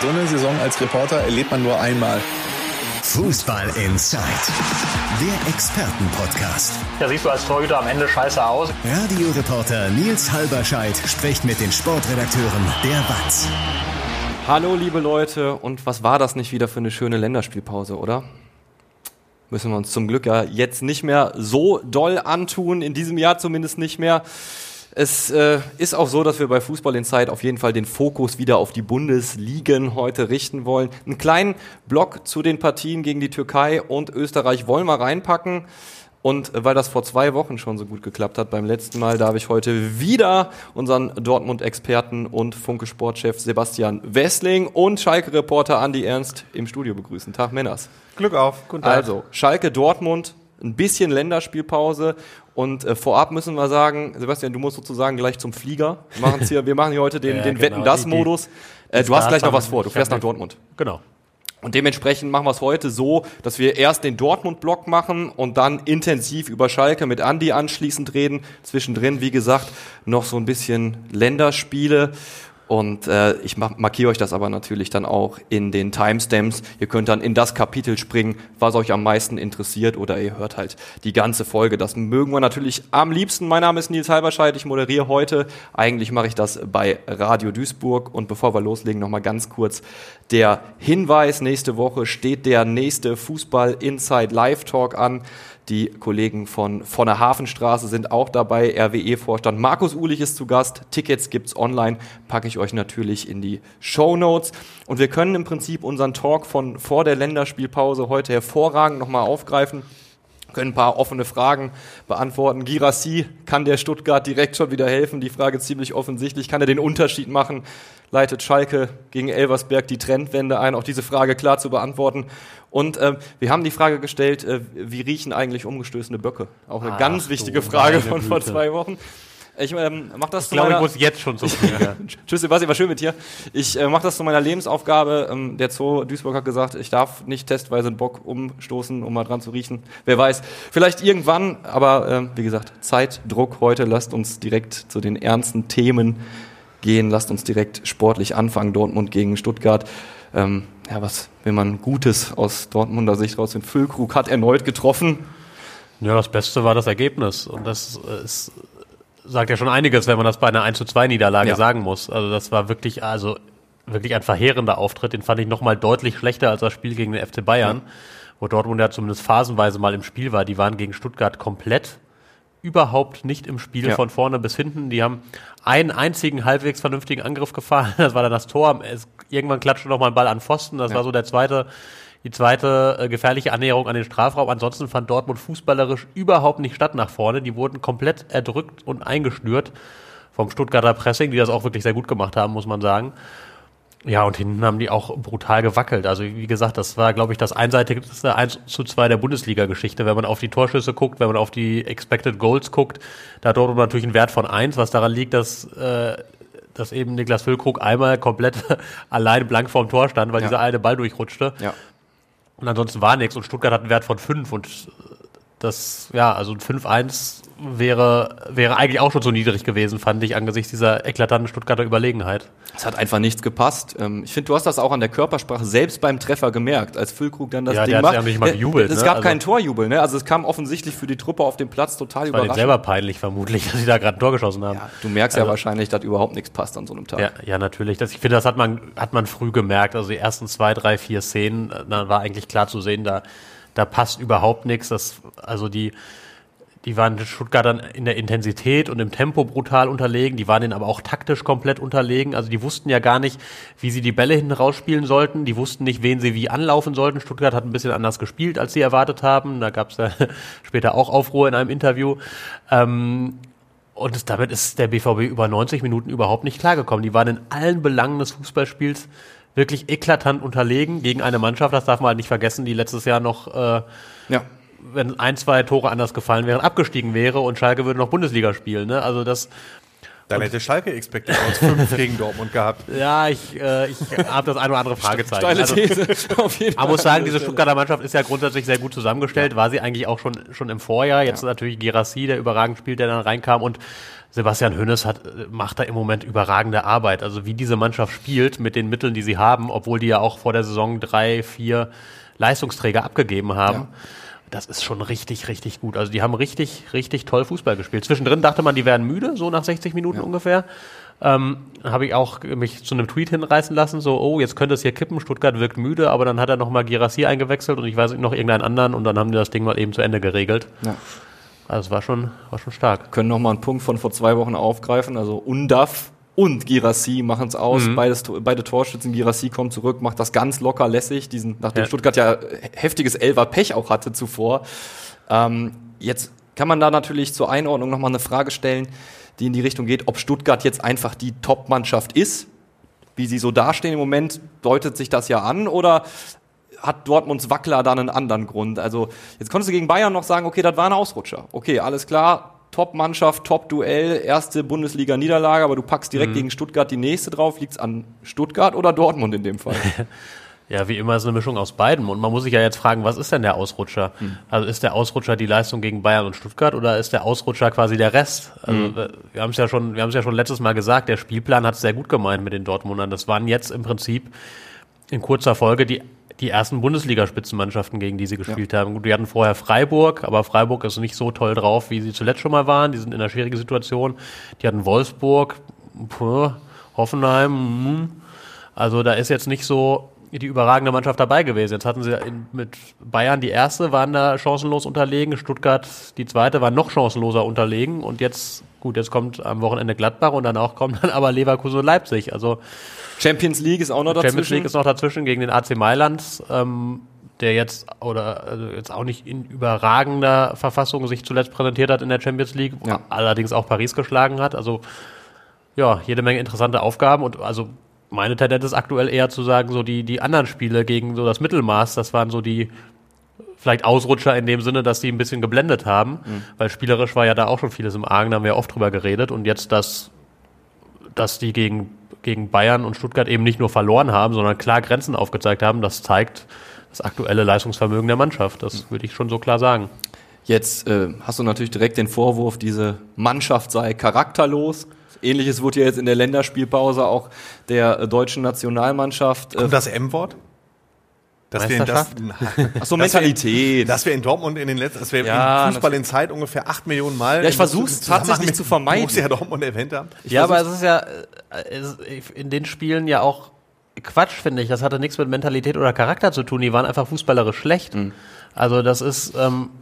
So eine Saison als Reporter erlebt man nur einmal. Fußball Inside, der Expertenpodcast. Da siehst du als Torhüter am Ende scheiße aus. Radioreporter Nils Halberscheid spricht mit den Sportredakteuren der WAZ. Hallo liebe Leute, und was war das nicht wieder für eine schöne Länderspielpause, oder? Müssen wir uns zum Glück ja jetzt nicht mehr so doll antun, in diesem Jahr zumindest nicht mehr. Es ist auch so, dass wir bei Fußball Inside auf jeden Fall den Fokus wieder auf die Bundesligen heute richten wollen. Einen kleinen Block zu den Partien gegen die Türkei und Österreich wollen wir reinpacken. Und weil das vor 2 Wochen schon so gut geklappt hat beim letzten Mal, darf ich heute wieder unseren Dortmund-Experten und Funke-Sportchef Sebastian Wessling und Schalke-Reporter Andi Ernst im Studio begrüßen. Tag, Männers. Glück auf. Guten Tag. Also, Schalke-Dortmund, ein bisschen Länderspielpause. Und vorab müssen wir sagen, Sebastian, du musst sozusagen gleich zum Flieger. Wir machen hier heute den Wetten-das-Modus. Du hast gleich noch was vor, du fährst nach Dortmund. Genau. Und dementsprechend machen wir es heute so, dass wir erst den Dortmund-Block machen und dann intensiv über Schalke mit Andi anschließend reden. Zwischendrin, wie gesagt, noch so ein bisschen Länderspiele. Und ich markiere euch das aber natürlich dann auch in den Timestamps. Ihr könnt dann in das Kapitel springen, was euch am meisten interessiert, oder ihr hört halt die ganze Folge. Das mögen wir natürlich am liebsten. Mein Name ist Nils Halberscheid, ich moderiere heute. Eigentlich mache ich das bei Radio Duisburg. Und bevor wir loslegen, nochmal ganz kurz der Hinweis. Nächste Woche steht der nächste Fußball Inside Live Talk an. Die Kollegen von der Hafenstraße sind auch dabei. RWE-Vorstand Markus Uhlich ist zu Gast. Tickets gibt's online. Packe ich euch natürlich in die Shownotes. Und wir können im Prinzip unseren Talk von vor der Länderspielpause heute hervorragend nochmal aufgreifen. Können ein paar offene Fragen beantworten. Guirassy, kann der Stuttgart direkt schon wieder helfen? Die Frage ziemlich offensichtlich. Kann er den Unterschied machen? Leitet Schalke gegen Elversberg die Trendwende ein? Auch diese Frage klar zu beantworten. Und wir haben die Frage gestellt, wie riechen eigentlich umgestößene Böcke? Auch eine ganz wichtige Frage von vor 2 Wochen. Ich mach das zu meiner... Ich muss jetzt schon so viel. Tschüss Sebastian, war schön mit dir. Ich mache das zu meiner Lebensaufgabe. Der Zoo Duisburg hat gesagt, ich darf nicht testweise einen Bock umstoßen, um mal dran zu riechen. Wer weiß, vielleicht irgendwann, aber wie gesagt, Zeitdruck heute. Lasst uns direkt zu den ernsten Themen gehen. Lasst uns direkt sportlich anfangen. Dortmund gegen Stuttgart. Was will man Gutes aus Dortmunder Sicht raus? Den Füllkrug hat erneut getroffen. Ja, das Beste war das Ergebnis. Und das sagt ja schon einiges, wenn man das bei einer 1:2 Niederlage sagen muss. Also das war wirklich ein verheerender Auftritt. Den fand ich nochmal deutlich schlechter als das Spiel gegen den FC Bayern, wo Dortmund ja zumindest phasenweise mal im Spiel war. Die waren gegen Stuttgart komplett überhaupt nicht im Spiel von vorne bis hinten. Die haben einen einzigen halbwegs vernünftigen Angriff gefahren. Das war dann das Tor. Irgendwann klatschte noch mal ein Ball an Pfosten. Das war so die zweite gefährliche Annäherung an den Strafraum. Ansonsten fand Dortmund fußballerisch überhaupt nicht statt nach vorne. Die wurden komplett erdrückt und eingeschnürt vom Stuttgarter Pressing, die das auch wirklich sehr gut gemacht haben, muss man sagen. Ja, und hinten haben die auch brutal gewackelt. Also wie gesagt, das war, glaube ich, das einseitigste 1:2 der Bundesliga-Geschichte. Wenn man auf die Torschüsse guckt, wenn man auf die Expected Goals guckt, da hat Dortmund natürlich einen Wert von 1, was daran liegt, dass eben Niklas Füllkrug einmal komplett allein blank vorm Tor stand, weil dieser eine Ball durchrutschte. Ja. Und ansonsten war nichts. Und Stuttgart hat einen Wert von 5. Und also ein 5:1 wäre eigentlich auch schon so niedrig gewesen, fand ich, angesichts dieser eklatanten Stuttgarter Überlegenheit. Es hat einfach nichts gepasst. Ich finde, du hast das auch an der Körpersprache selbst beim Treffer gemerkt, als Füllkrug dann das Ding macht. Ja, nicht mal gejubelt. Es gab keinen Torjubel, ne? Also es kam offensichtlich für die Truppe auf dem Platz total überraschend. War denen selber peinlich vermutlich, dass sie da gerade ein Tor geschossen haben. Ja, du merkst ja wahrscheinlich, dass überhaupt nichts passt an so einem Tag. Ja, natürlich. Ich finde, das hat man früh gemerkt. Also die ersten 2, 3, 4 Szenen, da war eigentlich klar zu sehen, da passt überhaupt nichts. Die waren Stuttgartern in der Intensität und im Tempo brutal unterlegen. Die waren denen aber auch taktisch komplett unterlegen. Also die wussten ja gar nicht, wie sie die Bälle hinten rausspielen sollten. Die wussten nicht, wen sie wie anlaufen sollten. Stuttgart hat ein bisschen anders gespielt, als sie erwartet haben. Da gab es ja später auch Aufruhr in einem Interview. Und damit ist der BVB über 90 Minuten überhaupt nicht klargekommen. Die waren in allen Belangen des Fußballspiels wirklich eklatant unterlegen gegen eine Mannschaft, das darf man halt nicht vergessen, die letztes Jahr noch wenn 1, 2 Tore anders gefallen wären, abgestiegen wäre und Schalke würde noch Bundesliga spielen. Ne? Also das Dann hätte Schalke Expected Goals 5 gegen Dortmund gehabt. Ja, ich habe das eine oder andere Fragezeichen. Steile These, auf jeden Fall. Man muss sagen, diese Stuttgarter Mannschaft ist ja grundsätzlich sehr gut zusammengestellt, war sie eigentlich auch schon im Vorjahr. Jetzt natürlich Guirassy, der überragend spielt, der dann reinkam, und Sebastian Hoeneß macht da im Moment überragende Arbeit. Also wie diese Mannschaft spielt mit den Mitteln, die sie haben, obwohl die ja auch vor der Saison 3, 4 Leistungsträger abgegeben haben. Ja. Das ist schon richtig, richtig gut. Also die haben richtig, richtig toll Fußball gespielt. Zwischendrin dachte man, die werden müde, so nach 60 Minuten ungefähr. Habe ich auch mich zu einem Tweet hinreißen lassen, so, oh, jetzt könnte es hier kippen, Stuttgart wirkt müde, aber dann hat er nochmal Guirassy eingewechselt und ich weiß nicht, noch irgendeinen anderen, und dann haben die das Ding mal eben zu Ende geregelt. Ja. Also es war schon stark. Können nochmal einen Punkt von vor 2 Wochen aufgreifen, also Undav und Guirassy machen es aus, beide Torschützen. Guirassy kommt zurück, macht das ganz locker lässig, nachdem Stuttgart ja heftiges Elfer-Pech auch hatte zuvor. Jetzt kann man da natürlich zur Einordnung nochmal eine Frage stellen, die in die Richtung geht, ob Stuttgart jetzt einfach die Top-Mannschaft ist, wie sie so dastehen im Moment, deutet sich das ja an, oder hat Dortmunds Wackler da einen anderen Grund? Also jetzt konntest du gegen Bayern noch sagen, okay, das war ein Ausrutscher. Okay, alles klar, Top-Mannschaft, Top-Duell, erste Bundesliga-Niederlage, aber du packst direkt gegen Stuttgart die nächste drauf. Liegt's an Stuttgart oder Dortmund in dem Fall? Ja, wie immer ist eine Mischung aus beiden. Und man muss sich ja jetzt fragen, was ist denn der Ausrutscher? Also ist der Ausrutscher die Leistung gegen Bayern und Stuttgart oder ist der Ausrutscher quasi der Rest? Also wir haben es ja schon letztes Mal gesagt, der Spielplan hat es sehr gut gemeint mit den Dortmundern. Das waren jetzt im Prinzip in kurzer Folge die ersten Bundesliga-Spitzenmannschaften, gegen die sie gespielt haben. Gut, die hatten vorher Freiburg, aber Freiburg ist nicht so toll drauf, wie sie zuletzt schon mal waren. Die sind in einer schwierigen Situation. Die hatten Wolfsburg, Hoffenheim. Also da ist jetzt nicht so die überragende Mannschaft dabei gewesen. Jetzt hatten sie mit Bayern die erste, waren da chancenlos unterlegen. Stuttgart die zweite, waren noch chancenloser unterlegen. Und jetzt kommt am Wochenende Gladbach und danach kommt dann aber Leverkusen und Leipzig. Also Champions League ist auch noch dazwischen. Champions League ist noch dazwischen gegen den AC Mailand, der jetzt auch nicht in überragender Verfassung sich zuletzt präsentiert hat in der Champions League, allerdings auch Paris geschlagen hat. Also ja, jede Menge interessante Aufgaben, und also meine Tendenz ist aktuell eher zu sagen, so die anderen Spiele gegen so das Mittelmaß, das waren so die vielleicht Ausrutscher in dem Sinne, dass die ein bisschen geblendet haben, weil spielerisch war ja da auch schon vieles im Argen, da haben wir ja oft drüber geredet, und jetzt, dass die gegen Bayern und Stuttgart eben nicht nur verloren haben, sondern klar Grenzen aufgezeigt haben, das zeigt das aktuelle Leistungsvermögen der Mannschaft, das würde ich schon so klar sagen. Jetzt hast du natürlich direkt den Vorwurf, diese Mannschaft sei charakterlos. Ähnliches wurde ja jetzt in der Länderspielpause auch der deutschen Nationalmannschaft. Kommt das M-Wort? Mentalität. Dass wir in Dortmund im Fußball natürlich in Zeit ungefähr 8 Millionen Mal. Ja, ich versuch's tatsächlich zu vermeiden. Borussia Dortmund erwähnt haben. Aber es ist ja in den Spielen ja auch Quatsch, finde ich. Das hatte nichts mit Mentalität oder Charakter zu tun. Die waren einfach fußballerisch schlecht. Also das ist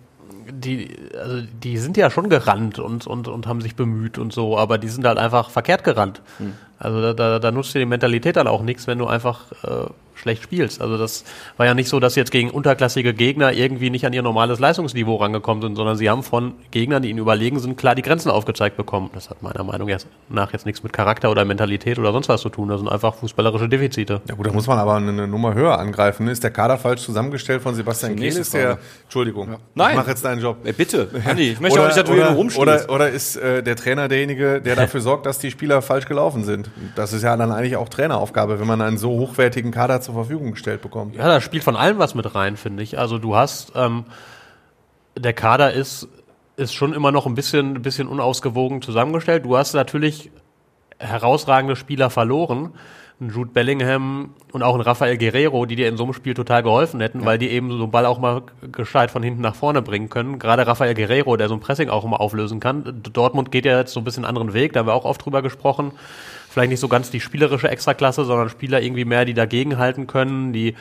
die sind ja schon gerannt und haben sich bemüht und so, aber die sind halt einfach verkehrt gerannt. Also da nutzt dir die Mentalität dann auch nichts, wenn du einfach schlecht spielst. Also das war ja nicht so, dass jetzt gegen unterklassige Gegner irgendwie nicht an ihr normales Leistungsniveau rangekommen sind, sondern sie haben von Gegnern, die ihnen überlegen sind, klar die Grenzen aufgezeigt bekommen. Das hat meiner Meinung nach jetzt nichts mit Charakter oder Mentalität oder sonst was zu tun. Das sind einfach fußballerische Defizite. Ja gut, da muss man aber eine Nummer höher angreifen. Ist der Kader falsch zusammengestellt von Sebastian Kehl? Entschuldigung, Nein. Ich mache jetzt deinen Job. Bitte, Andi, ich möchte auch nicht, dass du hier nur rumstehst. Oder ist der Trainer derjenige, der dafür sorgt, dass die Spieler falsch gelaufen sind? Das ist ja dann eigentlich auch Traineraufgabe, wenn man einen so hochwertigen Kader zur Verfügung gestellt bekommt. Ja, da spielt von allem was mit rein, finde ich. Also du hast, der Kader ist schon immer noch ein bisschen unausgewogen zusammengestellt. Du hast natürlich herausragende Spieler verloren. Ein Jude Bellingham und auch ein Rafael Guerreiro, die dir in so einem Spiel total geholfen hätten, weil die eben so einen Ball auch mal gescheit von hinten nach vorne bringen können. Gerade Rafael Guerreiro, der so ein Pressing auch immer auflösen kann. Dortmund geht ja jetzt so ein bisschen einen anderen Weg, da haben wir auch oft drüber gesprochen. Vielleicht nicht so ganz die spielerische Extraklasse, sondern Spieler irgendwie mehr, die dagegenhalten können, die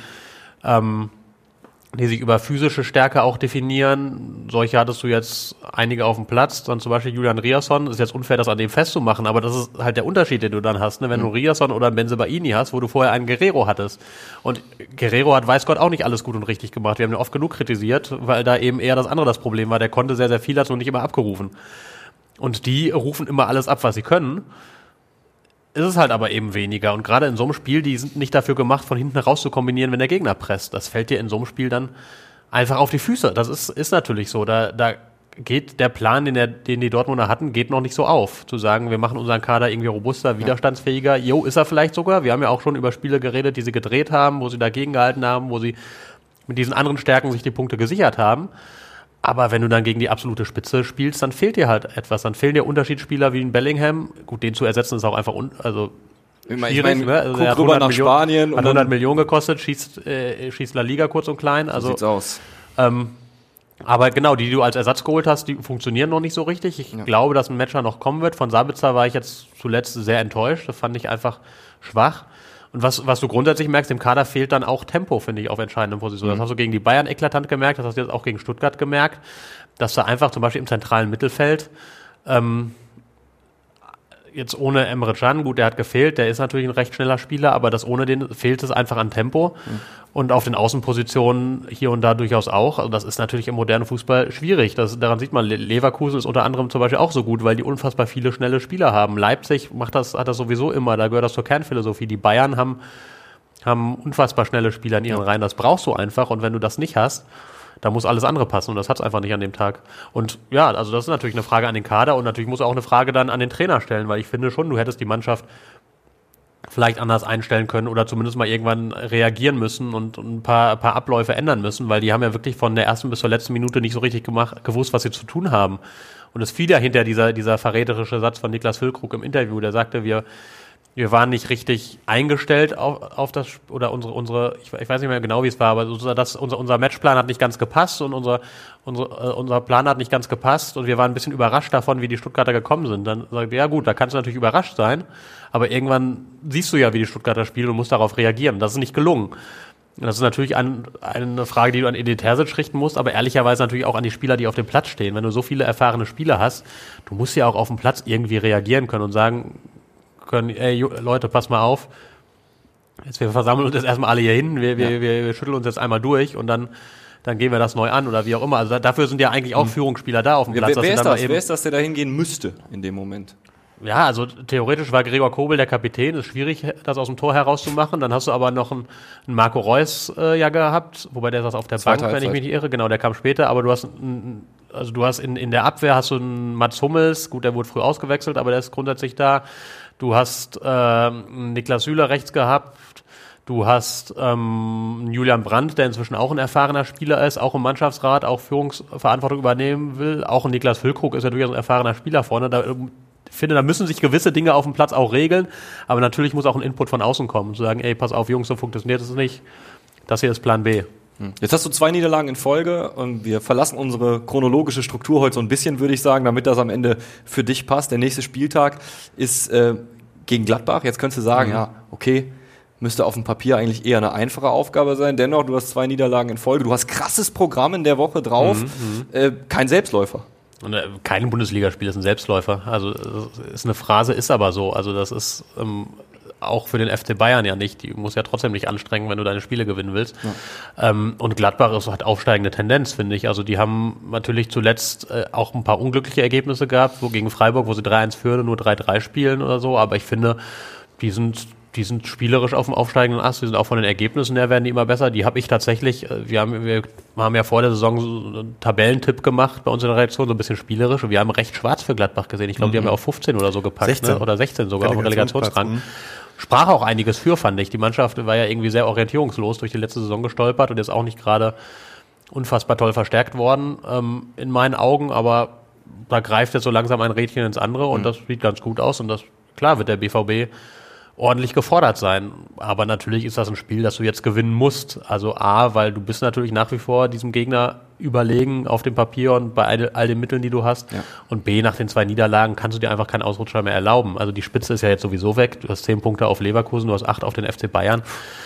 sich über physische Stärke auch definieren. Solche hattest du jetzt einige auf dem Platz, dann zum Beispiel Julian Riasson. Ist jetzt unfair, das an dem festzumachen, aber das ist halt der Unterschied, den du dann hast, ne? Wenn du Riasson oder einen Bensebaini hast, wo du vorher einen Guerreiro hattest. Und Guerreiro hat, weiß Gott, auch nicht alles gut und richtig gemacht. Wir haben ihn oft genug kritisiert, weil da eben eher das andere das Problem war. Der konnte sehr, sehr viel, hat es noch nicht immer abgerufen. Und die rufen immer alles ab, was sie können. Ist es halt aber eben weniger. Und gerade in so einem Spiel, die sind nicht dafür gemacht, von hinten raus zu kombinieren, wenn der Gegner presst. Das fällt dir in so einem Spiel dann einfach auf die Füße. Das ist natürlich so. Da geht der Plan, den die Dortmunder hatten, geht noch nicht so auf. Zu sagen, wir machen unseren Kader irgendwie robuster, widerstandsfähiger. Ist er vielleicht sogar. Wir haben ja auch schon über Spiele geredet, die sie gedreht haben, wo sie dagegen gehalten haben, wo sie mit diesen anderen Stärken sich die Punkte gesichert haben. Aber wenn du dann gegen die absolute Spitze spielst, dann fehlt dir halt etwas. Dann fehlen dir Unterschiedsspieler wie ein Bellingham. Gut, den zu ersetzen ist auch einfach schwierig. Also guck rüber nach Spanien. Hat 100 Millionen gekostet, schießt La Liga kurz und klein. Also, so sieht's aus. Aber genau, die du als Ersatz geholt hast, die funktionieren noch nicht so richtig. Ich glaube, dass ein Matcher noch kommen wird. Von Sabitzer war ich jetzt zuletzt sehr enttäuscht. Das fand ich einfach schwach. Und was du grundsätzlich merkst, dem Kader fehlt dann auch Tempo, finde ich, auf entscheidenden Positionen. Das hast du gegen die Bayern eklatant gemerkt, das hast du jetzt auch gegen Stuttgart gemerkt, dass da einfach zum Beispiel im zentralen Mittelfeld jetzt ohne Emre Can, gut, der hat gefehlt, der ist natürlich ein recht schneller Spieler, aber ohne den fehlt es einfach an Tempo. Und auf den Außenpositionen hier und da durchaus auch. Also das ist natürlich im modernen Fußball schwierig. Daran sieht man, Leverkusen ist unter anderem zum Beispiel auch so gut, weil die unfassbar viele schnelle Spieler haben. Leipzig hat das sowieso immer, da gehört das zur Kernphilosophie. Die Bayern haben unfassbar schnelle Spieler in ihren Reihen, das brauchst du einfach. Und wenn du das nicht hast, da muss alles andere passen und das hat es einfach nicht an dem Tag. Und ja, also das ist natürlich eine Frage an den Kader und natürlich muss auch eine Frage dann an den Trainer stellen, weil ich finde schon, du hättest die Mannschaft vielleicht anders einstellen können oder zumindest mal irgendwann reagieren müssen und ein paar Abläufe ändern müssen, weil die haben ja wirklich von der ersten bis zur letzten Minute nicht so richtig gewusst, was sie zu tun haben. Und es fiel ja hinter dieser verräterische Satz von Niklas Füllkrug im Interview, der sagte, wir waren nicht richtig eingestellt auf das, oder unsere, ich weiß nicht mehr genau, wie es war, aber unser Matchplan hat nicht ganz gepasst und unser Plan hat nicht ganz gepasst und wir waren ein bisschen überrascht davon, wie die Stuttgarter gekommen sind. Dann sagt ja gut, da kannst du natürlich überrascht sein, aber irgendwann siehst du ja, wie die Stuttgarter spielen und musst darauf reagieren. Das ist nicht gelungen. Das ist natürlich eine Frage, die du an Edin Terzic richten musst, aber ehrlicherweise natürlich auch an die Spieler, die auf dem Platz stehen. Wenn du so viele erfahrene Spieler hast, du musst ja auch auf dem Platz irgendwie reagieren können und sagen können, ey Leute, pass mal auf, wir versammeln uns jetzt erstmal alle hier hin, wir schütteln uns jetzt einmal durch und dann gehen wir das neu an oder wie auch immer. Also dafür sind ja eigentlich auch Führungsspieler da auf dem Platz. Wer ist das, der da hingehen müsste in dem Moment? Ja, also theoretisch war Gregor Kobel der Kapitän, ist schwierig, das aus dem Tor herauszumachen. Dann hast du aber noch einen Marco Reus gehabt, wobei der saß auf der Bank, wenn ich mich nicht irre. Genau, der kam später, aber du hast in der Abwehr hast du einen Mats Hummels, gut, der wurde früh ausgewechselt, aber der ist grundsätzlich da. Du hast Niklas Süle rechts gehabt. Du hast Julian Brandt, der inzwischen auch ein erfahrener Spieler ist, auch im Mannschaftsrat, auch Führungsverantwortung übernehmen will. Auch ein Niklas Füllkrug ist ja durchaus ein erfahrener Spieler vorne. Ich finde, da müssen sich gewisse Dinge auf dem Platz auch regeln. Aber natürlich muss auch ein Input von außen kommen. Zu sagen, ey, pass auf, Jungs, so funktioniert es nicht. Das hier ist Plan B. Jetzt hast du 2 Niederlagen in Folge und wir verlassen unsere chronologische Struktur heute so ein bisschen, würde ich sagen, damit das am Ende für dich passt. Der nächste Spieltag ist gegen Gladbach. Jetzt könntest du sagen, ja, okay, müsste auf dem Papier eigentlich eher eine einfache Aufgabe sein. Dennoch, du hast 2 Niederlagen in Folge. Du hast krasses Programm in der Woche drauf. Kein Selbstläufer. Und kein Bundesligaspiel ist ein Selbstläufer. Also ist eine Phrase, ist aber so. Also das ist auch für den FC Bayern ja nicht. Die muss ja trotzdem nicht anstrengen, wenn du deine Spiele gewinnen willst. Ja. Und Gladbach hat aufsteigende Tendenz, finde ich. Also die haben natürlich zuletzt auch ein paar unglückliche Ergebnisse gehabt, so gegen Freiburg, wo sie 3-1 führen und nur 3-3 spielen oder so. Aber ich finde, die sind spielerisch auf dem aufsteigenden Ast, die sind auch von den Ergebnissen her, werden die immer besser. Die habe ich tatsächlich, wir haben ja vor der Saison so einen Tabellentipp gemacht bei uns in der Redaktion, so ein bisschen spielerisch, und wir haben recht schwarz für Gladbach gesehen. Ich glaube, die haben ja auf 15 oder so gepackt, 16. Ne? Oder 16 sogar auf dem Relegationsrang. Sprach auch einiges für, fand ich. Die Mannschaft war ja irgendwie sehr orientierungslos durch die letzte Saison gestolpert und ist auch nicht gerade unfassbar toll verstärkt worden, in meinen Augen, aber da greift jetzt so langsam ein Rädchen ins andere und das sieht ganz gut aus und das, klar, wird der BVB ordentlich gefordert sein. Aber natürlich ist das ein Spiel, das du jetzt gewinnen musst. Also A, weil du bist natürlich nach wie vor diesem Gegner überlegen auf dem Papier und bei all den Mitteln, die du hast. Ja. Und B, nach den 2 Niederlagen kannst du dir einfach keinen Ausrutscher mehr erlauben. Also die Spitze ist ja jetzt sowieso weg. Du hast 10 Punkte auf Leverkusen, du hast 8 auf den FC Bayern.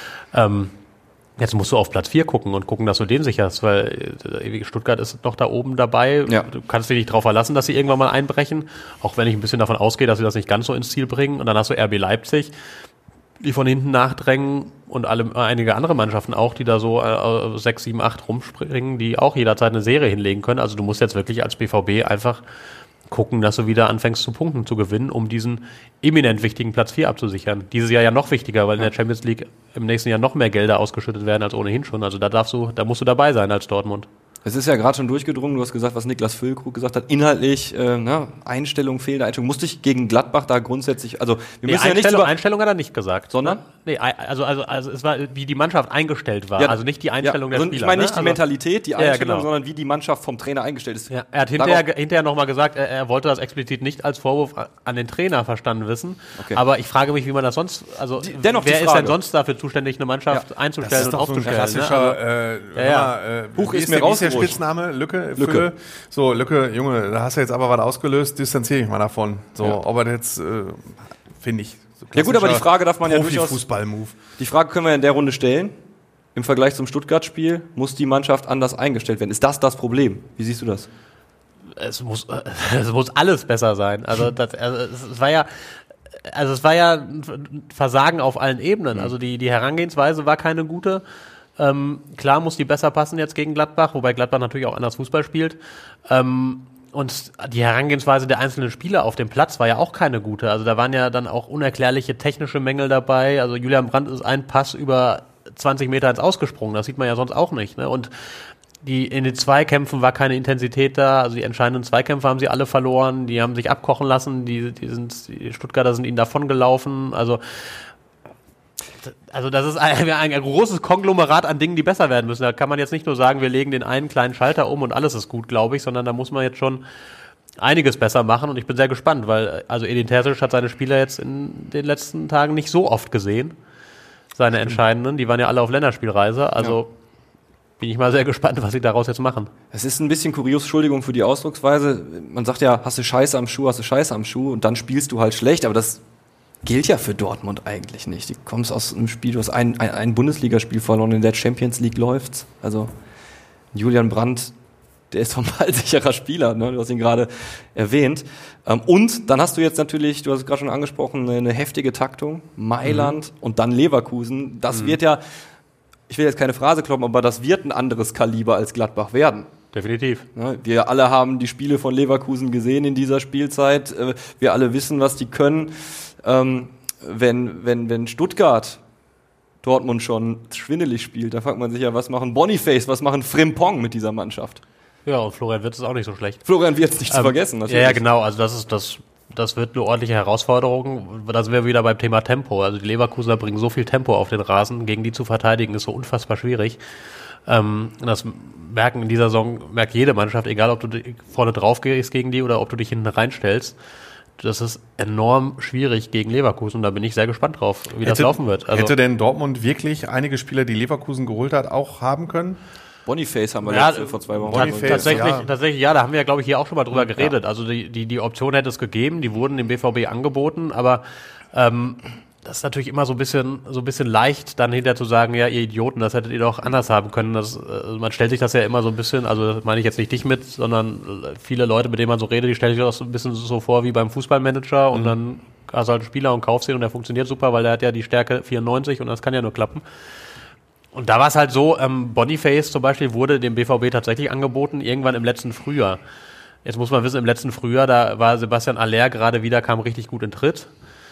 Jetzt musst du auf Platz 4 gucken und gucken, dass du den sicherst, weil Stuttgart ist noch da oben dabei. Ja. Du kannst dich nicht darauf verlassen, dass sie irgendwann mal einbrechen, auch wenn ich ein bisschen davon ausgehe, dass sie das nicht ganz so ins Ziel bringen. Und dann hast du RB Leipzig, die von hinten nachdrängen und einige andere Mannschaften auch, die da so 6, 7, 8 rumspringen, die auch jederzeit eine Serie hinlegen können. Also du musst jetzt wirklich als BVB einfach gucken, dass du wieder anfängst zu punkten, zu gewinnen, um diesen eminent wichtigen Platz 4 abzusichern. Dieses Jahr ja noch wichtiger, weil in der Champions League im nächsten Jahr noch mehr Gelder ausgeschüttet werden als ohnehin schon. Also da musst du dabei sein als Dortmund. Es ist ja gerade schon durchgedrungen, du hast gesagt, was Niklas Füllkrug gesagt hat, inhaltlich, Einstellung, fehlende Einstellung. Musste ich gegen Gladbach da grundsätzlich, also wir müssen ja nicht Einstellung hat er nicht gesagt. Sondern? Nee, also es war, wie die Mannschaft eingestellt war, also nicht die Einstellung der Spieler. Ich meine nicht die Mentalität, die Einstellung, genau. Sondern wie die Mannschaft vom Trainer eingestellt ist. Ja, er hat hinterher nochmal gesagt, er wollte das explizit nicht als Vorwurf an den Trainer verstanden wissen. Okay. Aber ich frage mich, wie man das sonst, wer ist denn sonst dafür zuständig, eine Mannschaft einzustellen und aufzustellen? Das ist doch so ein klassischer, Buch ist mir raus. Der Spitzname? Lücke. So, Lücke, Junge, da hast du jetzt aber was ausgelöst, distanziere ich mal davon. So, aber jetzt, finde ich. So ja gut, aber die Frage darf man ja durchaus... Fußball-Move. Die Frage können wir in der Runde stellen. Im Vergleich zum Stuttgart-Spiel muss die Mannschaft anders eingestellt werden. Ist das Problem? Wie siehst du das? Es muss alles besser sein. Es war ja ein Versagen auf allen Ebenen. Also die Herangehensweise war keine gute. Klar muss die besser passen jetzt gegen Gladbach, wobei Gladbach natürlich auch anders Fußball spielt. Und die Herangehensweise der einzelnen Spieler auf dem Platz war ja auch keine gute. Also da waren ja dann auch unerklärliche technische Mängel dabei. Also Julian Brandt ist ein Pass über 20 Meter ins Ausgesprungen. Das sieht man ja sonst auch nicht. Ne? Und in den Zweikämpfen war keine Intensität da. Also die entscheidenden Zweikämpfe haben sie alle verloren. Die haben sich abkochen lassen. Die Stuttgarter sind ihnen davongelaufen. Also das ist ein großes Konglomerat an Dingen, die besser werden müssen. Da kann man jetzt nicht nur sagen, wir legen den einen kleinen Schalter um und alles ist gut, glaube ich, sondern da muss man jetzt schon einiges besser machen und ich bin sehr gespannt, weil Edin Terzic hat seine Spieler jetzt in den letzten Tagen nicht so oft gesehen, seine entscheidenden, die waren ja alle auf Länderspielreise, bin ich mal sehr gespannt, was sie daraus jetzt machen. Es ist ein bisschen kurios, Entschuldigung für die Ausdrucksweise, man sagt ja, hast du Scheiße am Schuh und dann spielst du halt schlecht, aber das gilt ja für Dortmund eigentlich nicht. Du kommst aus einem Spiel, du hast ein Bundesligaspiel verloren, in der Champions League läuft's. Also Julian Brandt, der ist doch mal sicherer Spieler, ne? Du hast ihn gerade erwähnt. Und dann hast du jetzt natürlich, du hast es gerade schon angesprochen, eine heftige Taktung, Mailand und dann Leverkusen. Das wird ja, ich will jetzt keine Phrase kloppen, aber das wird ein anderes Kaliber als Gladbach werden. Definitiv. Ja, wir alle haben die Spiele von Leverkusen gesehen in dieser Spielzeit. Wir alle wissen, was die können. Wenn Stuttgart Dortmund schon schwindelig spielt, da fragt man sich ja, was machen Boniface, was machen Frimpong mit dieser Mannschaft? Ja, und Florian Wirtz ist auch nicht so schlecht. Florian Wirtz nicht zu vergessen, natürlich. Ja, genau, also das wird eine ordentliche Herausforderung. Da sind wir wieder beim Thema Tempo. Also die Leverkusener bringen so viel Tempo auf den Rasen, gegen die zu verteidigen ist so unfassbar schwierig. Das merkt jede Mannschaft, egal ob du vorne drauf gehst gegen die oder ob du dich hinten reinstellst. Das ist enorm schwierig gegen Leverkusen. Da bin ich sehr gespannt drauf, wie das laufen wird. Also, hätte denn Dortmund wirklich einige Spieler, die Leverkusen geholt hat, auch haben können? Boniface haben wir vor 2 Wochen. Tatsächlich, da haben wir ja, glaube ich, hier auch schon mal drüber geredet. Also die Option hätte es gegeben, die wurden dem BVB angeboten, aber das ist natürlich immer so ein bisschen leicht, dann hinterher zu sagen, ja, ihr Idioten, das hättet ihr doch anders haben können. Man stellt sich das ja immer so ein bisschen, also das meine ich jetzt nicht dich mit, sondern viele Leute, mit denen man so redet, die stellen sich das so ein bisschen so vor wie beim Fußballmanager und dann hast du halt einen Spieler und kaufst ihn und der funktioniert super, weil der hat ja die Stärke 94 und das kann ja nur klappen. Und da war es halt so, Boniface zum Beispiel wurde dem BVB tatsächlich angeboten, irgendwann im letzten Frühjahr. Jetzt muss man wissen, im letzten Frühjahr, da war Sebastian Aller gerade wieder, kam richtig gut in Tritt.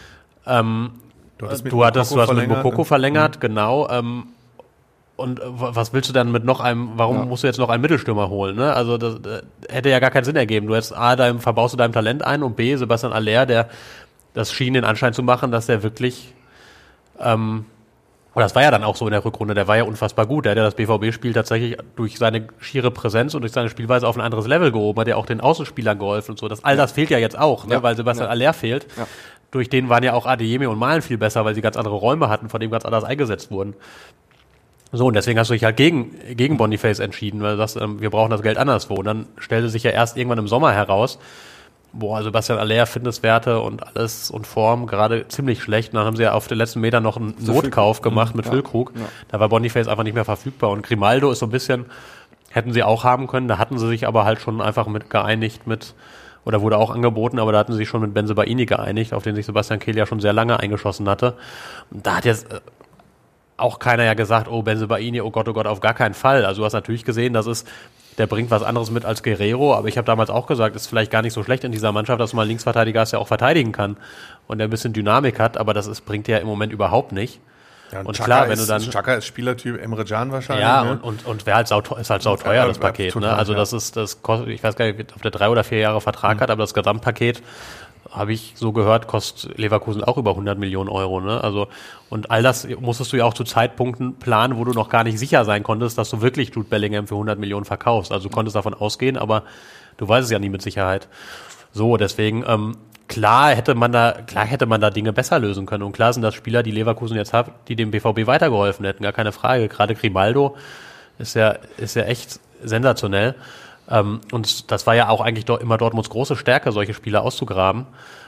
Du hast mit Mokoko verlängert, genau. Und was willst du dann mit noch einem, warum musst du jetzt noch einen Mittelstürmer holen? Ne? Also das hätte ja gar keinen Sinn ergeben. Du jetzt verbaust du deinem Talent ein und B, Sebastian Aller, das schien den Anschein zu machen, dass der wirklich, und das war ja dann auch so in der Rückrunde, der war ja unfassbar gut. Der hat ja das BVB-Spiel tatsächlich durch seine schiere Präsenz und durch seine Spielweise auf ein anderes Level gehoben, hat ja auch den Außenspielern geholfen und so. Das fehlt ja jetzt auch, ne? Weil Sebastian Aller fehlt. Ja. Durch den waren ja auch Adeyemi und Malen viel besser, weil sie ganz andere Räume hatten, von dem ganz anders eingesetzt wurden. So, und deswegen hast du dich halt gegen Boniface entschieden, weil du sagst, wir brauchen das Geld anderswo. Und dann stellte sich ja erst irgendwann im Sommer heraus, Sebastian Aller, Fitnesswerte und alles und Form gerade ziemlich schlecht. Und dann haben sie ja auf den letzten Metern noch einen Notkauf gemacht mit Füllkrug. Ja. Da war Boniface einfach nicht mehr verfügbar. Und Grimaldo ist so ein bisschen, hätten sie auch haben können, da hatten sie sich aber halt schon einfach oder wurde auch angeboten, aber da hatten sie sich schon mit Bensebaini geeinigt, auf den sich Sebastian Kehl ja schon sehr lange eingeschossen hatte. Und da hat jetzt auch keiner ja gesagt, Bensebaini, oh Gott, auf gar keinen Fall. Also du hast natürlich gesehen, der bringt was anderes mit als Guerrero, aber ich habe damals auch gesagt, ist vielleicht gar nicht so schlecht in dieser Mannschaft, dass man Linksverteidiger ist, der auch verteidigen kann und der ein bisschen Dynamik hat, aber bringt ja im Moment überhaupt nicht. und klar, wenn du dann... Xhaka ist Spielertyp Emre Can wahrscheinlich. Ja, ne? und wäre halt ist halt sauteuer, das Paket. Total, ne? Also ja. das kostet, ich weiß gar nicht, ob der 3 oder 4 Jahre Vertrag hat, aber das Gesamtpaket, habe ich so gehört, kostet Leverkusen auch über 100 Millionen Euro. Ne? Also, und all das musstest du ja auch zu Zeitpunkten planen, wo du noch gar nicht sicher sein konntest, dass du wirklich Jude Bellingham für 100 Millionen verkaufst. Also du konntest davon ausgehen, aber du weißt es ja nie mit Sicherheit. So, deswegen, klar hätte man da Dinge besser lösen können. Und klar sind das Spieler, die Leverkusen jetzt hat, die dem BVB weitergeholfen hätten, gar keine Frage. Gerade Grimaldo ist ja echt sensationell. Und das war ja auch eigentlich immer Dortmunds große Stärke, solche Spieler auszugraben.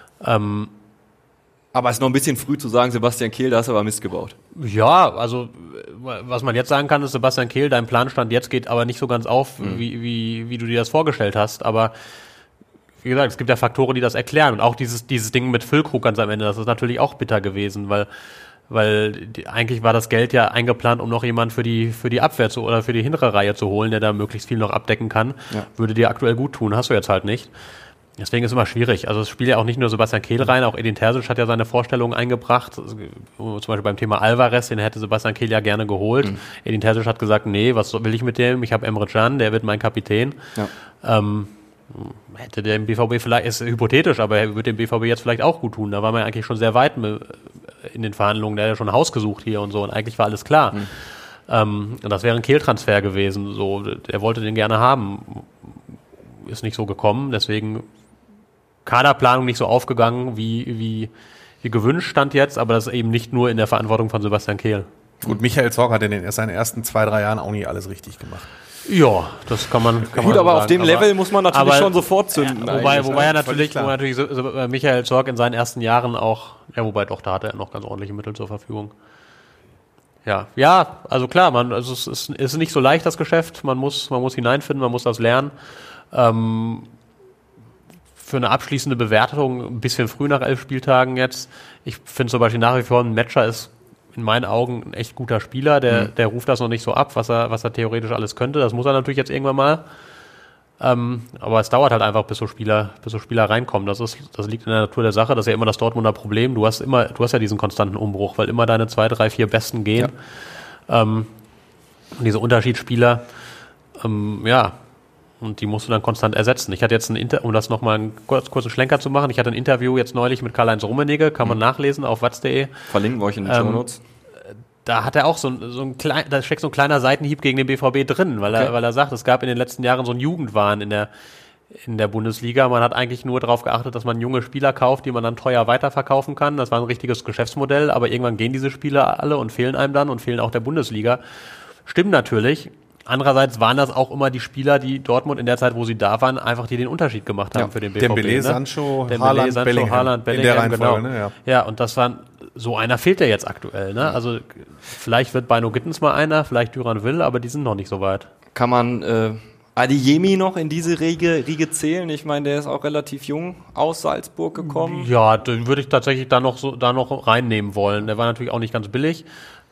Aber es ist noch ein bisschen früh zu sagen, Sebastian Kehl, da hast du aber Mist gebaut. Ja, also was man jetzt sagen kann, ist, Sebastian Kehl, dein Planstand jetzt geht aber nicht so ganz auf, wie du dir das vorgestellt hast. Aber wie gesagt, es gibt ja Faktoren, die das erklären. Und auch dieses Ding mit Füllkrug ganz am Ende, das ist natürlich auch bitter gewesen, weil eigentlich war das Geld ja eingeplant, um noch jemanden für die Abwehr oder für die hintere Reihe zu holen, der da möglichst viel noch abdecken kann. Ja. Würde dir aktuell gut tun, hast du jetzt halt nicht. Deswegen ist es immer schwierig. Also es spielt ja auch nicht nur Sebastian Kehl rein, auch Edin Terzic hat ja seine Vorstellungen eingebracht. Zum Beispiel beim Thema Alvarez, den hätte Sebastian Kehl ja gerne geholt. Edin Terzic hat gesagt, nee, was will ich mit dem? Ich habe Emre Can, der wird mein Kapitän. Ja. Hätte der im BVB vielleicht, ist hypothetisch, aber er würde dem BVB jetzt vielleicht auch gut tun. Da war man eigentlich schon sehr weit in den Verhandlungen, der hat ja schon ein Haus gesucht hier und so und eigentlich war alles klar. Und das wäre ein Kehl-Transfer gewesen, so, er wollte den gerne haben. Ist nicht so gekommen, deswegen Kaderplanung nicht so aufgegangen, wie gewünscht stand jetzt, aber das ist eben nicht nur in der Verantwortung von Sebastian Kehl. Gut, Michael Zorc hat in seinen ersten 2-3 Jahren auch nicht alles richtig gemacht. Ja, das kann man gut, so aber sagen. Auf dem Level muss man natürlich schon sofort zünden. Ja, wobei natürlich Michael Zorc in seinen ersten Jahren auch, da hatte er noch ganz ordentliche Mittel zur Verfügung. Ja, also klar, es ist nicht so leicht, das Geschäft. Man muss hineinfinden, man muss das lernen. Für eine abschließende Bewertung ein bisschen früh nach 11 Spieltagen jetzt. Ich finde zum Beispiel nach wie vor, ein Metscher ist in meinen Augen ein echt guter Spieler, der ruft das noch nicht so ab, was er theoretisch alles könnte. Das muss er natürlich jetzt irgendwann mal. Aber es dauert halt einfach, bis so Spieler reinkommen. Das liegt in der Natur der Sache. Das ist ja immer das Dortmunder Problem. Du hast ja diesen konstanten Umbruch, weil immer deine 2, 3, 4 Besten gehen. Ja. Und diese Unterschiedsspieler, und die musst du dann konstant ersetzen. Ich hatte jetzt um das nochmal einen kurzen Schlenker zu machen, ich hatte ein Interview jetzt neulich mit Karl-Heinz Rummenigge, kann man nachlesen auf watz.de. Verlinken wir euch in den Shownotes. Da hat er auch da steckt so ein kleiner Seitenhieb gegen den BVB drin, weil er sagt, es gab in den letzten Jahren so einen Jugendwahn in der Bundesliga. Man hat eigentlich nur darauf geachtet, dass man junge Spieler kauft, die man dann teuer weiterverkaufen kann. Das war ein richtiges Geschäftsmodell, aber irgendwann gehen diese Spieler alle und fehlen einem dann und fehlen auch der Bundesliga. Stimmt natürlich. Andererseits waren das auch immer die Spieler, die Dortmund in der Zeit, wo sie da waren, einfach die den Unterschied gemacht haben für den BVB. Dembélé, Sancho, Haaland, Bellingham. In der Reihenfolge, genau. Ja, und so einer fehlt ja jetzt aktuell. Ne? Also vielleicht wird Bino Gittens mal einer, vielleicht Duran Will, aber die sind noch nicht so weit. Kann man Adeyemi noch in diese Riege zählen? Ich meine, der ist auch relativ jung aus Salzburg gekommen. Ja, den würde ich tatsächlich da noch reinnehmen wollen. Der war natürlich auch nicht ganz billig.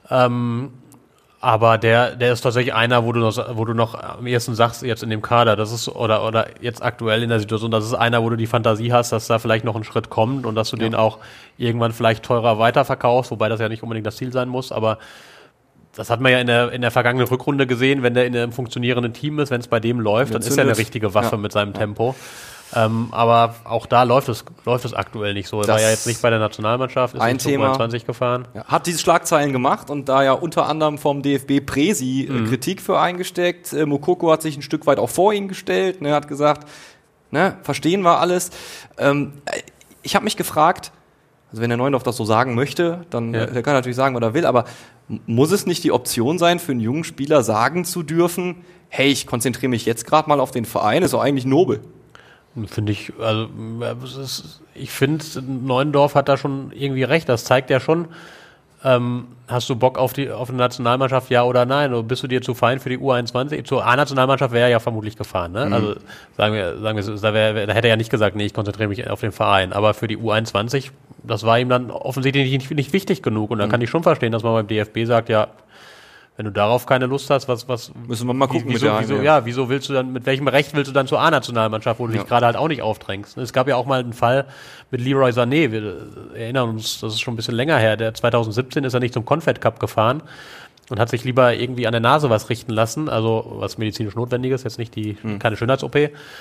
Aber der ist tatsächlich einer, wo du noch am ehesten sagst, jetzt in dem Kader, das ist, oder jetzt aktuell in der Situation, das ist einer, wo du die Fantasie hast, dass da vielleicht noch ein Schritt kommt und dass du den auch irgendwann vielleicht teurer weiterverkaufst, wobei das ja nicht unbedingt das Ziel sein muss, aber das hat man ja in der vergangenen Rückrunde gesehen, wenn der in einem funktionierenden Team ist, wenn es bei dem läuft, dann ist er eine richtige Waffe mit seinem Tempo. Aber auch da läuft es aktuell nicht so. Er war ja jetzt nicht bei der Nationalmannschaft, ist ein Thema 20 gefahren. Ja, hat diese Schlagzeilen gemacht und da ja unter anderem vom DFB Presi Kritik für eingesteckt. Moukoko hat sich ein Stück weit auch vor ihn gestellt, hat gesagt, verstehen wir alles. Ich habe mich gefragt, also wenn der Neuendorf das so sagen möchte, dann der kann natürlich sagen, was er will, aber muss es nicht die Option sein, für einen jungen Spieler sagen zu dürfen, hey, ich konzentriere mich jetzt gerade mal auf den Verein, ist doch eigentlich nobel. Finde ich, also ich finde, Neuendorf hat da schon irgendwie recht. Das zeigt ja schon, hast du Bock auf eine Nationalmannschaft, ja oder nein? Oder bist du dir zu fein für die U21? Zur A-Nationalmannschaft wäre er ja vermutlich gefahren. Ne? Also sagen wir, da hätte er ja nicht gesagt, nee, ich konzentriere mich auf den Verein. Aber für die U21, das war ihm dann offensichtlich nicht wichtig genug. Und da kann ich schon verstehen, dass man beim DFB sagt, ja, Wenn du darauf keine Lust hast, was müssen wir mal gucken wieso willst du dann, mit welchem Recht willst du dann zur A-Nationalmannschaft, wo du dich gerade halt auch nicht aufdrängst? Es gab ja auch mal einen Fall mit Leroy Sané, wir erinnern uns, das ist schon ein bisschen länger her, der 2017 ist er nicht zum Confed Cup gefahren und hat sich lieber irgendwie an der Nase was richten lassen, also was medizinisch notwendig ist, jetzt nicht keine Schönheits-OP,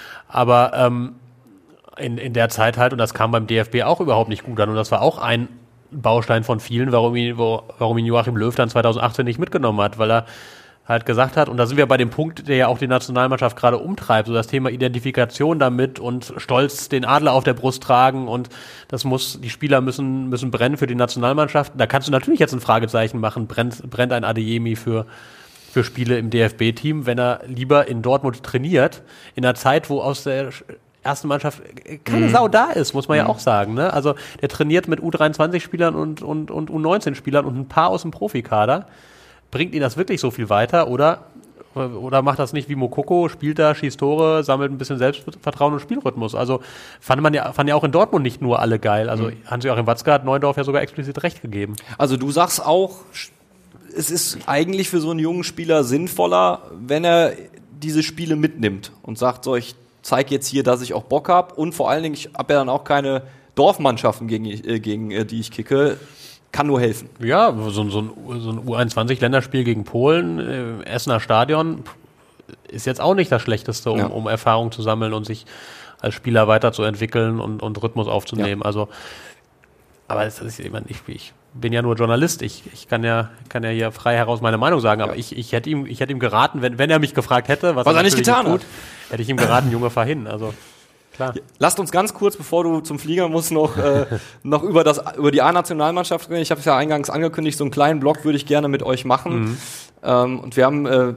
aber in der Zeit halt, und das kam beim DFB auch überhaupt nicht gut an, und das war auch ein Baustein von vielen, warum ihn Joachim Löw dann 2018 nicht mitgenommen hat, weil er halt gesagt hat, und da sind wir bei dem Punkt, der ja auch die Nationalmannschaft gerade umtreibt, so das Thema Identifikation damit und stolz den Adler auf der Brust tragen, und die Spieler müssen brennen für die Nationalmannschaft. Da kannst du natürlich jetzt ein Fragezeichen machen, brennt ein Adeyemi für Spiele im DFB-Team, wenn er lieber in Dortmund trainiert, in einer Zeit, wo aus der ersten Mannschaft keine Sau da ist, muss man ja auch sagen. Ne? Also der trainiert mit U23-Spielern und U19-Spielern und ein paar aus dem Profikader. Bringt ihn das wirklich so viel weiter oder macht das nicht wie Mokoko, spielt da, schießt Tore, sammelt ein bisschen Selbstvertrauen und Spielrhythmus. Also fanden ja auch in Dortmund nicht nur alle geil. Also Hans-Joachim Watzke hat Neuendorf ja sogar explizit recht gegeben. Also du sagst auch, es ist eigentlich für so einen jungen Spieler sinnvoller, wenn er diese Spiele mitnimmt und sagt, so, ich zeige jetzt hier, dass ich auch Bock habe, und vor allen Dingen, ich habe ja dann auch keine Dorfmannschaften, gegen die ich kicke, kann nur helfen. Ja, so ein U21-Länderspiel gegen Polen, Essener Stadion, ist jetzt auch nicht das Schlechteste, um Erfahrung zu sammeln und sich als Spieler weiterzuentwickeln und Rhythmus aufzunehmen. Ja. Also, aber ich bin ja nur Journalist, ich kann ja hier frei heraus meine Meinung sagen, aber ich hätte ihm geraten, wenn er mich gefragt hätte, was er nicht getan hat, hätte ich ihm geraten, Junge, fahr hin, also klar. Lasst uns ganz kurz, bevor du zum Flieger musst, noch über die A-Nationalmannschaft reden. Ich habe es ja eingangs angekündigt, so einen kleinen Blog würde ich gerne mit euch machen. Und wir haben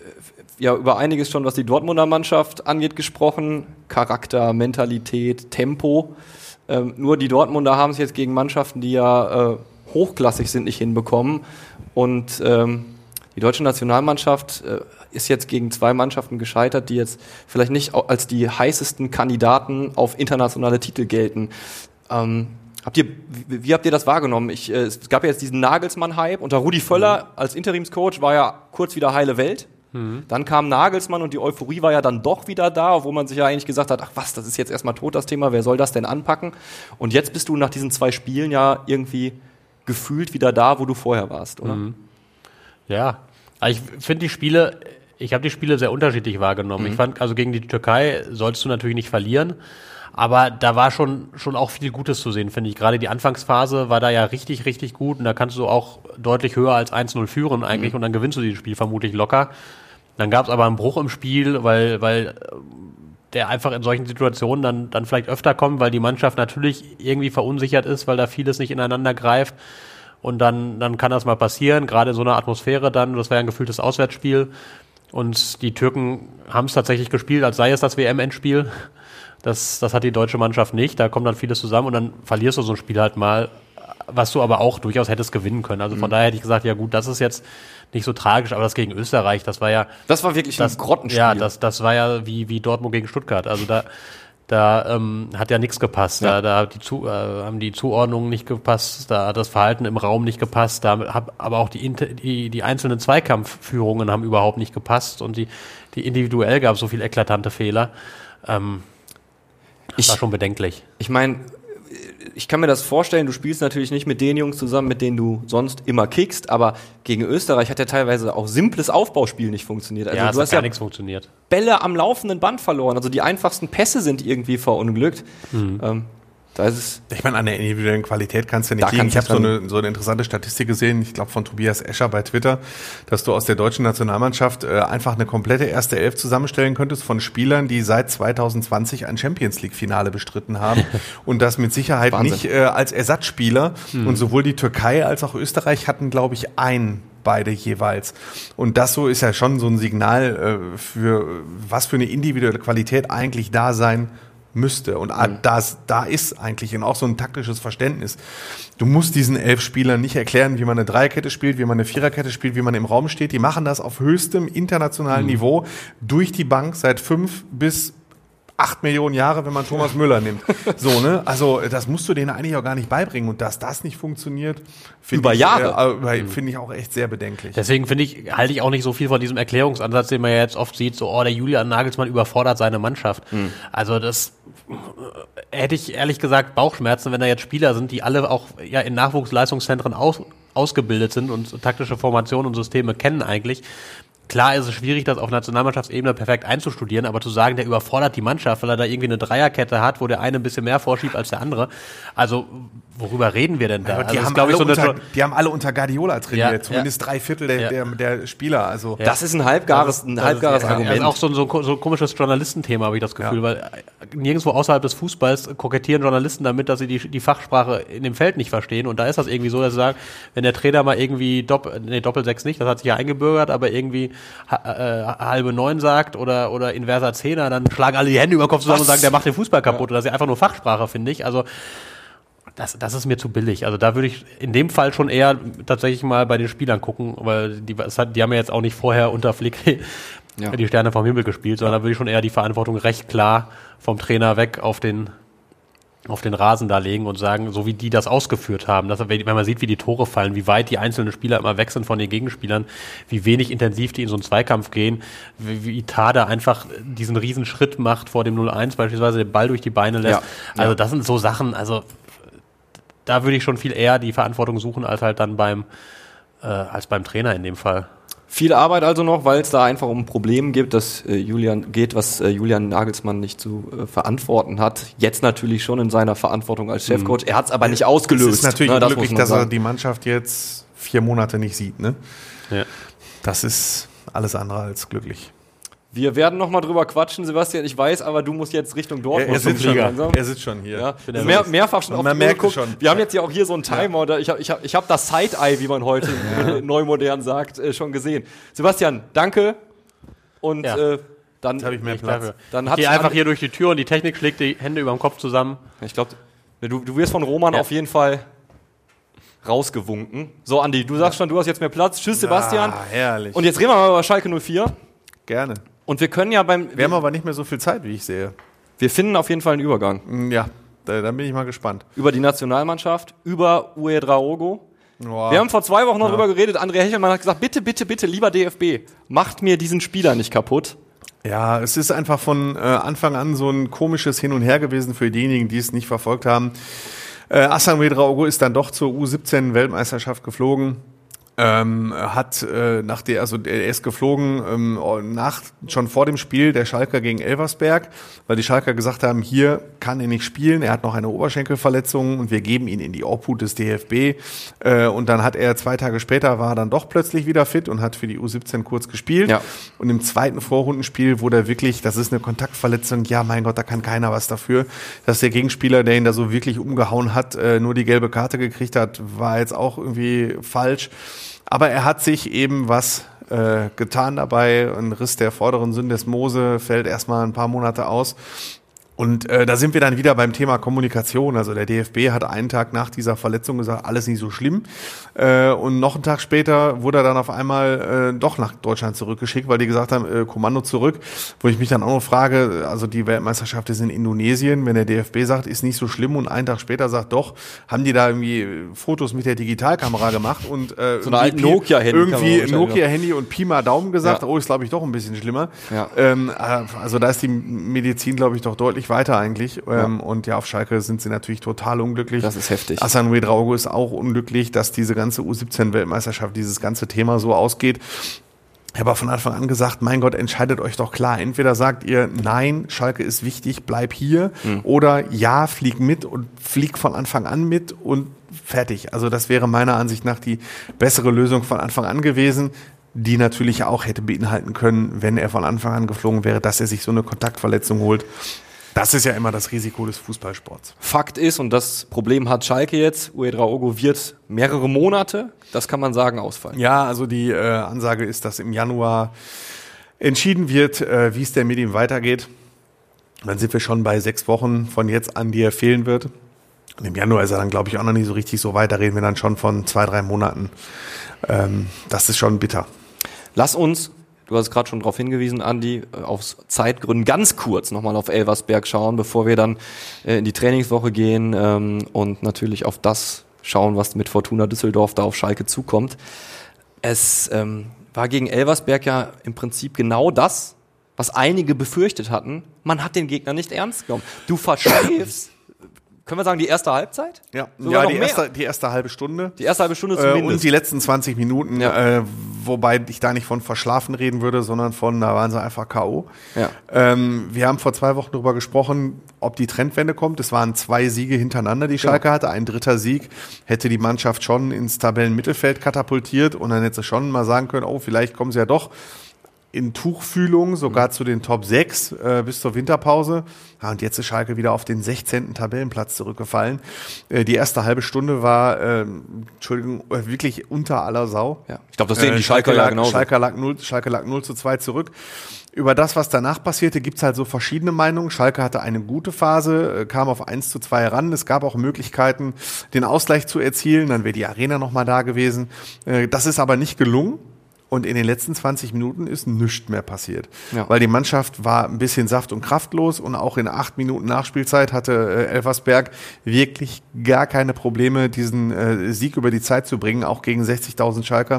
über einiges schon, was die Dortmunder Mannschaft angeht, gesprochen. Charakter, Mentalität, Tempo. Nur die Dortmunder haben es jetzt gegen Mannschaften, die ja hochklassig sind, nicht hinbekommen. Und die deutsche Nationalmannschaft ist jetzt gegen zwei Mannschaften gescheitert, die jetzt vielleicht nicht als die heißesten Kandidaten auf internationale Titel gelten. Wie habt ihr das wahrgenommen? Es gab ja jetzt diesen Nagelsmann-Hype. Unter Rudi Völler als Interimscoach war ja kurz wieder heile Welt. Dann kam Nagelsmann und die Euphorie war ja dann doch wieder da, wo man sich ja eigentlich gesagt hat, ach was, das ist jetzt erstmal tot, das Thema, wer soll das denn anpacken? Und jetzt bist du nach diesen 2 Spielen ja irgendwie gefühlt wieder da, wo du vorher warst, oder? Ja, also ich finde ich habe die Spiele sehr unterschiedlich wahrgenommen. Ich fand, also gegen die Türkei sollst du natürlich nicht verlieren, aber da war schon auch viel Gutes zu sehen, finde ich. Gerade die Anfangsphase war da ja richtig, richtig gut, und da kannst du auch deutlich höher als 1-0 führen eigentlich, und dann gewinnst du dieses Spiel vermutlich locker. Dann gab es aber einen Bruch im Spiel, weil der einfach in solchen Situationen dann vielleicht öfter kommt, weil die Mannschaft natürlich irgendwie verunsichert ist, weil da vieles nicht ineinander greift. Und dann kann das mal passieren, gerade in so einer Atmosphäre dann. Das war ja ein gefühltes Auswärtsspiel. Und die Türken haben es tatsächlich gespielt, als sei es das WM-Endspiel. Das hat die deutsche Mannschaft nicht. Da kommt dann vieles zusammen und dann verlierst du so ein Spiel halt mal, was du aber auch durchaus hättest gewinnen können. Also von daher hätte ich gesagt, ja gut, das ist jetzt nicht so tragisch, aber das gegen Österreich, das war wirklich ein Grottenspiel. Ja, das war ja wie Dortmund gegen Stuttgart. Also da hat ja nichts gepasst. Ja. Da haben die Zuordnungen nicht gepasst, da hat das Verhalten im Raum nicht gepasst, aber auch die einzelnen Zweikampfführungen haben überhaupt nicht gepasst, und die individuell gab es so viel eklatante Fehler. Das war schon bedenklich. Ich meine, ich kann mir das vorstellen, du spielst natürlich nicht mit den Jungs zusammen, mit denen du sonst immer kickst, aber gegen Österreich hat ja teilweise auch simples Aufbauspiel nicht funktioniert. Also ja, du hast gar nichts funktioniert. Bälle am laufenden Band verloren, also die einfachsten Pässe sind irgendwie verunglückt. Ich meine, an der individuellen Qualität kannst du nicht liegen. Ich habe so eine interessante Statistik gesehen, ich glaube von Tobias Escher bei Twitter, dass du aus der deutschen Nationalmannschaft einfach eine komplette erste Elf zusammenstellen könntest von Spielern, die seit 2020 ein Champions-League-Finale bestritten haben und das mit Sicherheit Wahnsinn. Nicht als Ersatzspieler. Und sowohl die Türkei als auch Österreich hatten, glaube ich, beide jeweils. Und das so ist ja schon so ein Signal für was für eine individuelle Qualität eigentlich da sein müsste. Und da ist eigentlich auch so ein taktisches Verständnis. Du musst diesen 11 Spielern nicht erklären, wie man eine Dreierkette spielt, wie man eine Viererkette spielt, wie man im Raum steht. Die machen das auf höchstem internationalen Niveau durch die Bank seit 5 bis 8 Millionen Jahre, wenn man Thomas Müller nimmt. So, ne? Also, das musst du denen eigentlich auch gar nicht beibringen. Und dass das nicht funktioniert, über Jahre, finde ich auch echt sehr bedenklich. Deswegen halte ich auch nicht so viel von diesem Erklärungsansatz, den man ja jetzt oft sieht, so, der Julian Nagelsmann überfordert seine Mannschaft. Also, das hätte ich ehrlich gesagt Bauchschmerzen, wenn da jetzt Spieler sind, die alle auch ja in Nachwuchsleistungszentren ausgebildet sind und taktische Formationen und Systeme kennen eigentlich. Klar ist es schwierig, das auf Nationalmannschaftsebene perfekt einzustudieren, aber zu sagen, der überfordert die Mannschaft, weil er da irgendwie eine Dreierkette hat, wo der eine ein bisschen mehr vorschiebt als der andere. Also, worüber reden wir denn da? Ja, die haben alle unter Guardiola trainiert, zumindest 3/4 der Spieler. Also das ist ein halbgares Argument. Das ist auch so ein komisches Journalistenthema, habe ich das Gefühl, weil nirgendwo außerhalb des Fußballs kokettieren Journalisten damit, dass sie die Fachsprache in dem Feld nicht verstehen. Und da ist das irgendwie so, dass sie sagen, wenn der Trainer mal irgendwie Doppel-6 nicht, das hat sich ja eingebürgert, aber irgendwie halbe 9 sagt oder inverser Zehner, dann schlagen alle die Hände über den Kopf zusammen und sagen, der macht den Fußball kaputt. Oder das ist ja einfach nur Fachsprache, finde ich. Also das ist mir zu billig. Also da würde ich in dem Fall schon eher tatsächlich mal bei den Spielern gucken, weil die haben ja jetzt auch nicht vorher unter Flick die Sterne vom Himmel gespielt, sondern da würde ich schon eher die Verantwortung recht klar vom Trainer weg auf den Rasen da legen und sagen, so wie die das ausgeführt haben, wenn man sieht, wie die Tore fallen, wie weit die einzelnen Spieler immer weg sind von den Gegenspielern, wie wenig intensiv die in so einen Zweikampf gehen, wie Tada einfach diesen riesen Schritt macht vor dem 0-1 beispielsweise, den Ball durch die Beine lässt. Also das sind so Sachen, also da würde ich schon viel eher die Verantwortung suchen, als halt dann beim Trainer in dem Fall. Viel Arbeit also noch, weil es da einfach um ein Problem gibt, was Julian Nagelsmann nicht zu verantworten hat. Jetzt natürlich schon in seiner Verantwortung als Chefcoach. Er hat es aber nicht ausgelöst. Es ist natürlich unglücklich, dass er die Mannschaft jetzt 4 Monate nicht sieht. Ne? Ja. Das ist alles andere als glücklich. Wir werden noch mal drüber quatschen, Sebastian. Ich weiß, aber du musst jetzt Richtung Dortmund. Er sitzt schon hier. Ja. Mehrfach schon auf die Uhr geguckt. Wir haben jetzt ja auch hier so einen Timer. Ja. Ich hab das Side-Eye, wie man heute neumodern sagt, schon gesehen. Sebastian, danke. Und dann habe ich mehr Platz. Dann ich gehe einfach hier durch die Tür und die Technik schlägt die Hände über dem Kopf zusammen. Ich glaube, du wirst von Roman auf jeden Fall rausgewunken. So, Andi, du sagst schon, du hast jetzt mehr Platz. Tschüss, Sebastian. Herrlich. Und jetzt reden wir mal über Schalke 04. Gerne. Und wir können ja wir haben aber nicht mehr so viel Zeit, wie ich sehe. Wir finden auf jeden Fall einen Übergang. Ja, dann bin ich mal gespannt. Über die Nationalmannschaft, über Uedraogo. Wir haben vor 2 Wochen noch drüber geredet. André Hechelmann hat gesagt, bitte, lieber DFB, macht mir diesen Spieler nicht kaputt. Ja, es ist einfach von Anfang an so ein komisches Hin und Her gewesen für diejenigen, die es nicht verfolgt haben. Hassan Uedraogo ist dann doch zur U17-Weltmeisterschaft geflogen. Er ist geflogen schon vor dem Spiel der Schalker gegen Elversberg, weil die Schalker gesagt haben, hier kann er nicht spielen, er hat noch eine Oberschenkelverletzung und wir geben ihn in die Obhut des DFB. Und dann hat er 2 Tage später, war er dann doch plötzlich wieder fit und hat für die U17 kurz gespielt. Ja. Und im zweiten Vorrundenspiel wurde er wirklich, das ist eine Kontaktverletzung, ja mein Gott, da kann keiner was dafür, dass der Gegenspieler, der ihn da so wirklich umgehauen hat, nur die gelbe Karte gekriegt hat, war jetzt auch irgendwie falsch. Aber er hat sich eben was getan dabei. Ein Riss der vorderen Syndesmose fällt erstmal ein paar Monate aus. Und da sind wir dann wieder beim Thema Kommunikation. Also der DFB hat einen Tag nach dieser Verletzung gesagt, alles nicht so schlimm. Und noch einen Tag später wurde er dann auf einmal doch nach Deutschland zurückgeschickt, weil die gesagt haben, Kommando zurück. Wo ich mich dann auch noch frage, also die Weltmeisterschaft ist in Indonesien. Wenn der DFB sagt, ist nicht so schlimm und einen Tag später sagt, doch, haben die da irgendwie Fotos mit der Digitalkamera gemacht und so eine alte Nokia-Handy. Irgendwie ein Nokia-Handy und Pi mal Daumen gesagt, ist glaube ich doch ein bisschen schlimmer. Ja. Also da ist die Medizin, glaube ich, doch deutlich weiter eigentlich. Und auf Schalke sind sie natürlich total unglücklich. Das ist heftig. Hassan Uedraogo ist auch unglücklich, dass diese ganze U17-Weltmeisterschaft, dieses ganze Thema so ausgeht. Ich habe von Anfang an gesagt, mein Gott, entscheidet euch doch klar. Entweder sagt ihr, nein, Schalke ist wichtig, bleib hier. Oder ja, flieg mit und flieg von Anfang an mit und fertig. Also das wäre meiner Ansicht nach die bessere Lösung von Anfang an gewesen, die natürlich auch hätte beinhalten können, wenn er von Anfang an geflogen wäre, dass er sich so eine Kontaktverletzung holt. Das ist ja immer das Risiko des Fußballsports. Fakt ist, und das Problem hat Schalke jetzt, Uedraogo wird mehrere Monate, das kann man sagen, ausfallen. Ja, also die Ansage ist, dass im Januar entschieden wird, wie es denn mit ihm weitergeht. Dann sind wir schon bei 6 Wochen von jetzt an, die er fehlen wird. Und im Januar ist er dann, glaube ich, auch noch nicht so richtig so weit. Da reden wir dann schon von 2-3 Monaten. Das ist schon bitter. Lass uns du hast gerade schon darauf hingewiesen, Andi, aus Zeitgründen ganz kurz nochmal auf Elversberg schauen, bevor wir dann in die Trainingswoche gehen und natürlich auf das schauen, was mit Fortuna Düsseldorf da auf Schalke zukommt. Es war gegen Elversberg ja im Prinzip genau das, was einige befürchtet hatten. Man hat den Gegner nicht ernst genommen. Du verschläfst, können wir sagen, die erste Halbzeit? Ja, die erste halbe Stunde. Die erste halbe Stunde zumindest. Und die letzten 20 Minuten, wobei ich da nicht von verschlafen reden würde, sondern da waren sie einfach K.O. Ja. Wir haben vor 2 Wochen darüber gesprochen, ob die Trendwende kommt. Es waren 2 Siege hintereinander, die Schalke hatte. Ein dritter Sieg hätte die Mannschaft schon ins Tabellenmittelfeld katapultiert und dann hätte sie schon mal sagen können, oh, vielleicht kommen sie ja doch in Tuchfühlung sogar zu den Top 6 bis zur Winterpause. Ja, und jetzt ist Schalke wieder auf den 16. Tabellenplatz zurückgefallen. Die erste halbe Stunde war, wirklich unter aller Sau. Ja. Ich glaube, das sehen die Schalker ja genauso. Schalke lag 0-2 zurück. Über das, was danach passierte, gibt's halt so verschiedene Meinungen. Schalke hatte eine gute Phase, kam auf 1-2 ran. Es gab auch Möglichkeiten, den Ausgleich zu erzielen. Dann wäre die Arena nochmal da gewesen. Das ist aber nicht gelungen. Und in den letzten 20 Minuten ist nichts mehr passiert. Ja. Weil die Mannschaft war ein bisschen saft- und kraftlos und auch in 8 Minuten Nachspielzeit hatte Elversberg wirklich gar keine Probleme, diesen Sieg über die Zeit zu bringen, auch gegen 60.000 Schalker.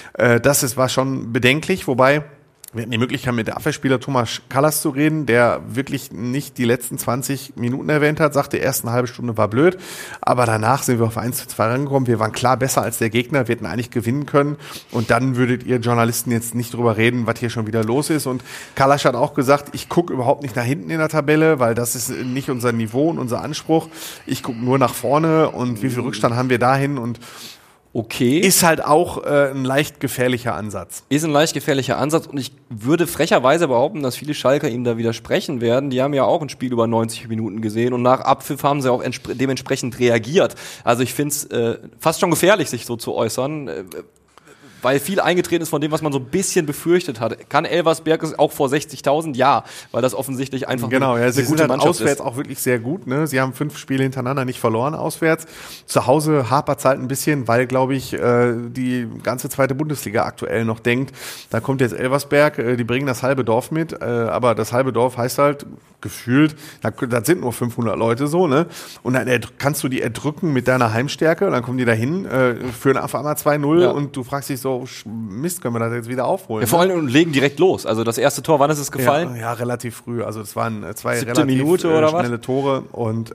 War schon bedenklich, wobei wir hatten die Möglichkeit, mit der Abwehrspieler Thomas Kallas zu reden, der wirklich nicht die letzten 20 Minuten erwähnt hat, sagte, die erste halbe Stunde war blöd, aber danach sind wir auf 1-2 rangekommen, wir waren klar besser als der Gegner, wir hätten eigentlich gewinnen können und dann würdet ihr Journalisten jetzt nicht drüber reden, was hier schon wieder los ist und Kallas hat auch gesagt, ich gucke überhaupt nicht nach hinten in der Tabelle, weil das ist nicht unser Niveau und unser Anspruch, ich gucke nur nach vorne und wie viel Rückstand haben wir dahin und okay. Ist halt auch ein leicht gefährlicher Ansatz. Ist ein leicht gefährlicher Ansatz und ich würde frecherweise behaupten, dass viele Schalker ihm da widersprechen werden. Die haben ja auch ein Spiel über 90 Minuten gesehen und nach Abpfiff haben sie auch dementsprechend reagiert. Also ich finde es fast schon gefährlich, sich so zu äußern. Weil viel eingetreten ist von dem, was man so ein bisschen befürchtet hat. Kann Elversberg es auch vor 60.000? Ja, weil das offensichtlich einfach eine sehr gute gute Mannschaft ist. Auswärts auch wirklich sehr gut. Ne? Sie haben 5 Spiele hintereinander nicht verloren auswärts. Zu Hause hapert es halt ein bisschen, weil, glaube ich, die ganze zweite Bundesliga aktuell noch denkt, da kommt jetzt Elversberg, die bringen das halbe Dorf mit, aber das halbe Dorf heißt halt, gefühlt, das sind nur 500 Leute so, ne? Und dann kannst du die erdrücken mit deiner Heimstärke und dann kommen die da hin, führen auf einmal 2-0 und du fragst dich so, Mist, können wir das jetzt wieder aufholen? Ja, vor allem und legen direkt los. Also das erste Tor, wann ist es gefallen? Ja, relativ früh. Also es waren 2 relativ Minute oder schnelle Tore und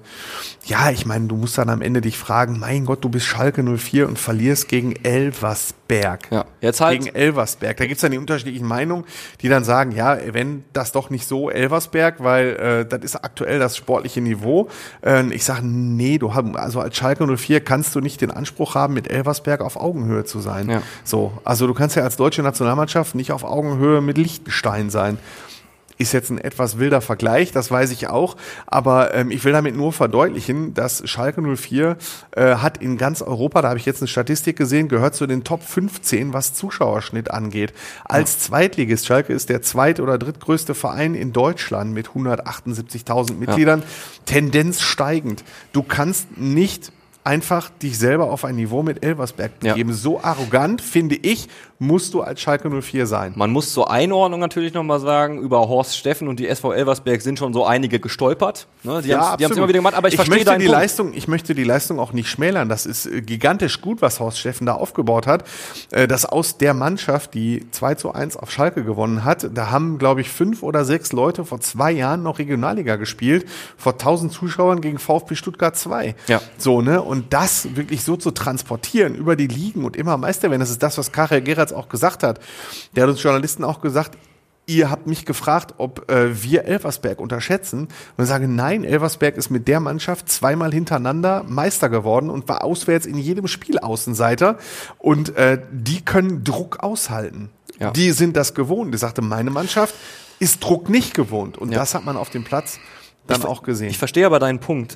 ich meine, du musst dann am Ende dich fragen, mein Gott, du bist Schalke 04 und verlierst gegen Elversberg. Ja, jetzt halt. Gegen Elversberg. Da gibt's dann die unterschiedlichen Meinungen, die dann sagen, ja, wenn das doch nicht so Elversberg, weil das ist aktuell das sportliche Niveau. Ich sage, nee, also als Schalke 04 kannst du nicht den Anspruch haben, mit Elversberg auf Augenhöhe zu sein. Ja. So, also du kannst ja als deutsche Nationalmannschaft nicht auf Augenhöhe mit Liechtenstein sein. Ist jetzt ein etwas wilder Vergleich, das weiß ich auch, aber ich will damit nur verdeutlichen, dass Schalke 04 hat in ganz Europa, da habe ich jetzt eine Statistik gesehen, gehört zu den Top 15, was Zuschauerschnitt angeht. Als Zweitligist, Schalke ist der zweit- oder drittgrößte Verein in Deutschland mit 178.000 Mitgliedern, Tendenz steigend. Du kannst nicht einfach dich selber auf ein Niveau mit Elversberg begeben. So arrogant, finde ich, musst du als Schalke 04 sein. Man muss zur Einordnung natürlich nochmal sagen, über Horst Steffen und die SV Elversberg sind schon so einige gestolpert. Ne? Die haben es immer wieder gemacht, aber ich verstehe deinen Punkt. Ich möchte die Leistung auch nicht schmälern. Das ist gigantisch gut, was Horst Steffen da aufgebaut hat. Dass aus der Mannschaft, die 2-1 auf Schalke gewonnen hat, da haben, glaube ich, 5 oder 6 Leute vor 2 Jahren noch Regionalliga gespielt, vor 1000 Zuschauern gegen VfB Stuttgart 2. Ja. So, ne? Und das wirklich so zu transportieren über die Ligen und immer Meister werden, das ist das, was Karel Geratz auch gesagt hat. Der hat uns Journalisten auch gesagt, ihr habt mich gefragt, ob wir Elversberg unterschätzen. Und wir sagen, nein, Elversberg ist mit der Mannschaft 2-mal hintereinander Meister geworden und war auswärts in jedem Spiel Außenseiter. Und die können Druck aushalten. Ja. Die sind das gewohnt. Ich sagte, meine Mannschaft ist Druck nicht gewohnt. Und das hat man auf dem Platz dann auch gesehen. Ich verstehe aber deinen Punkt.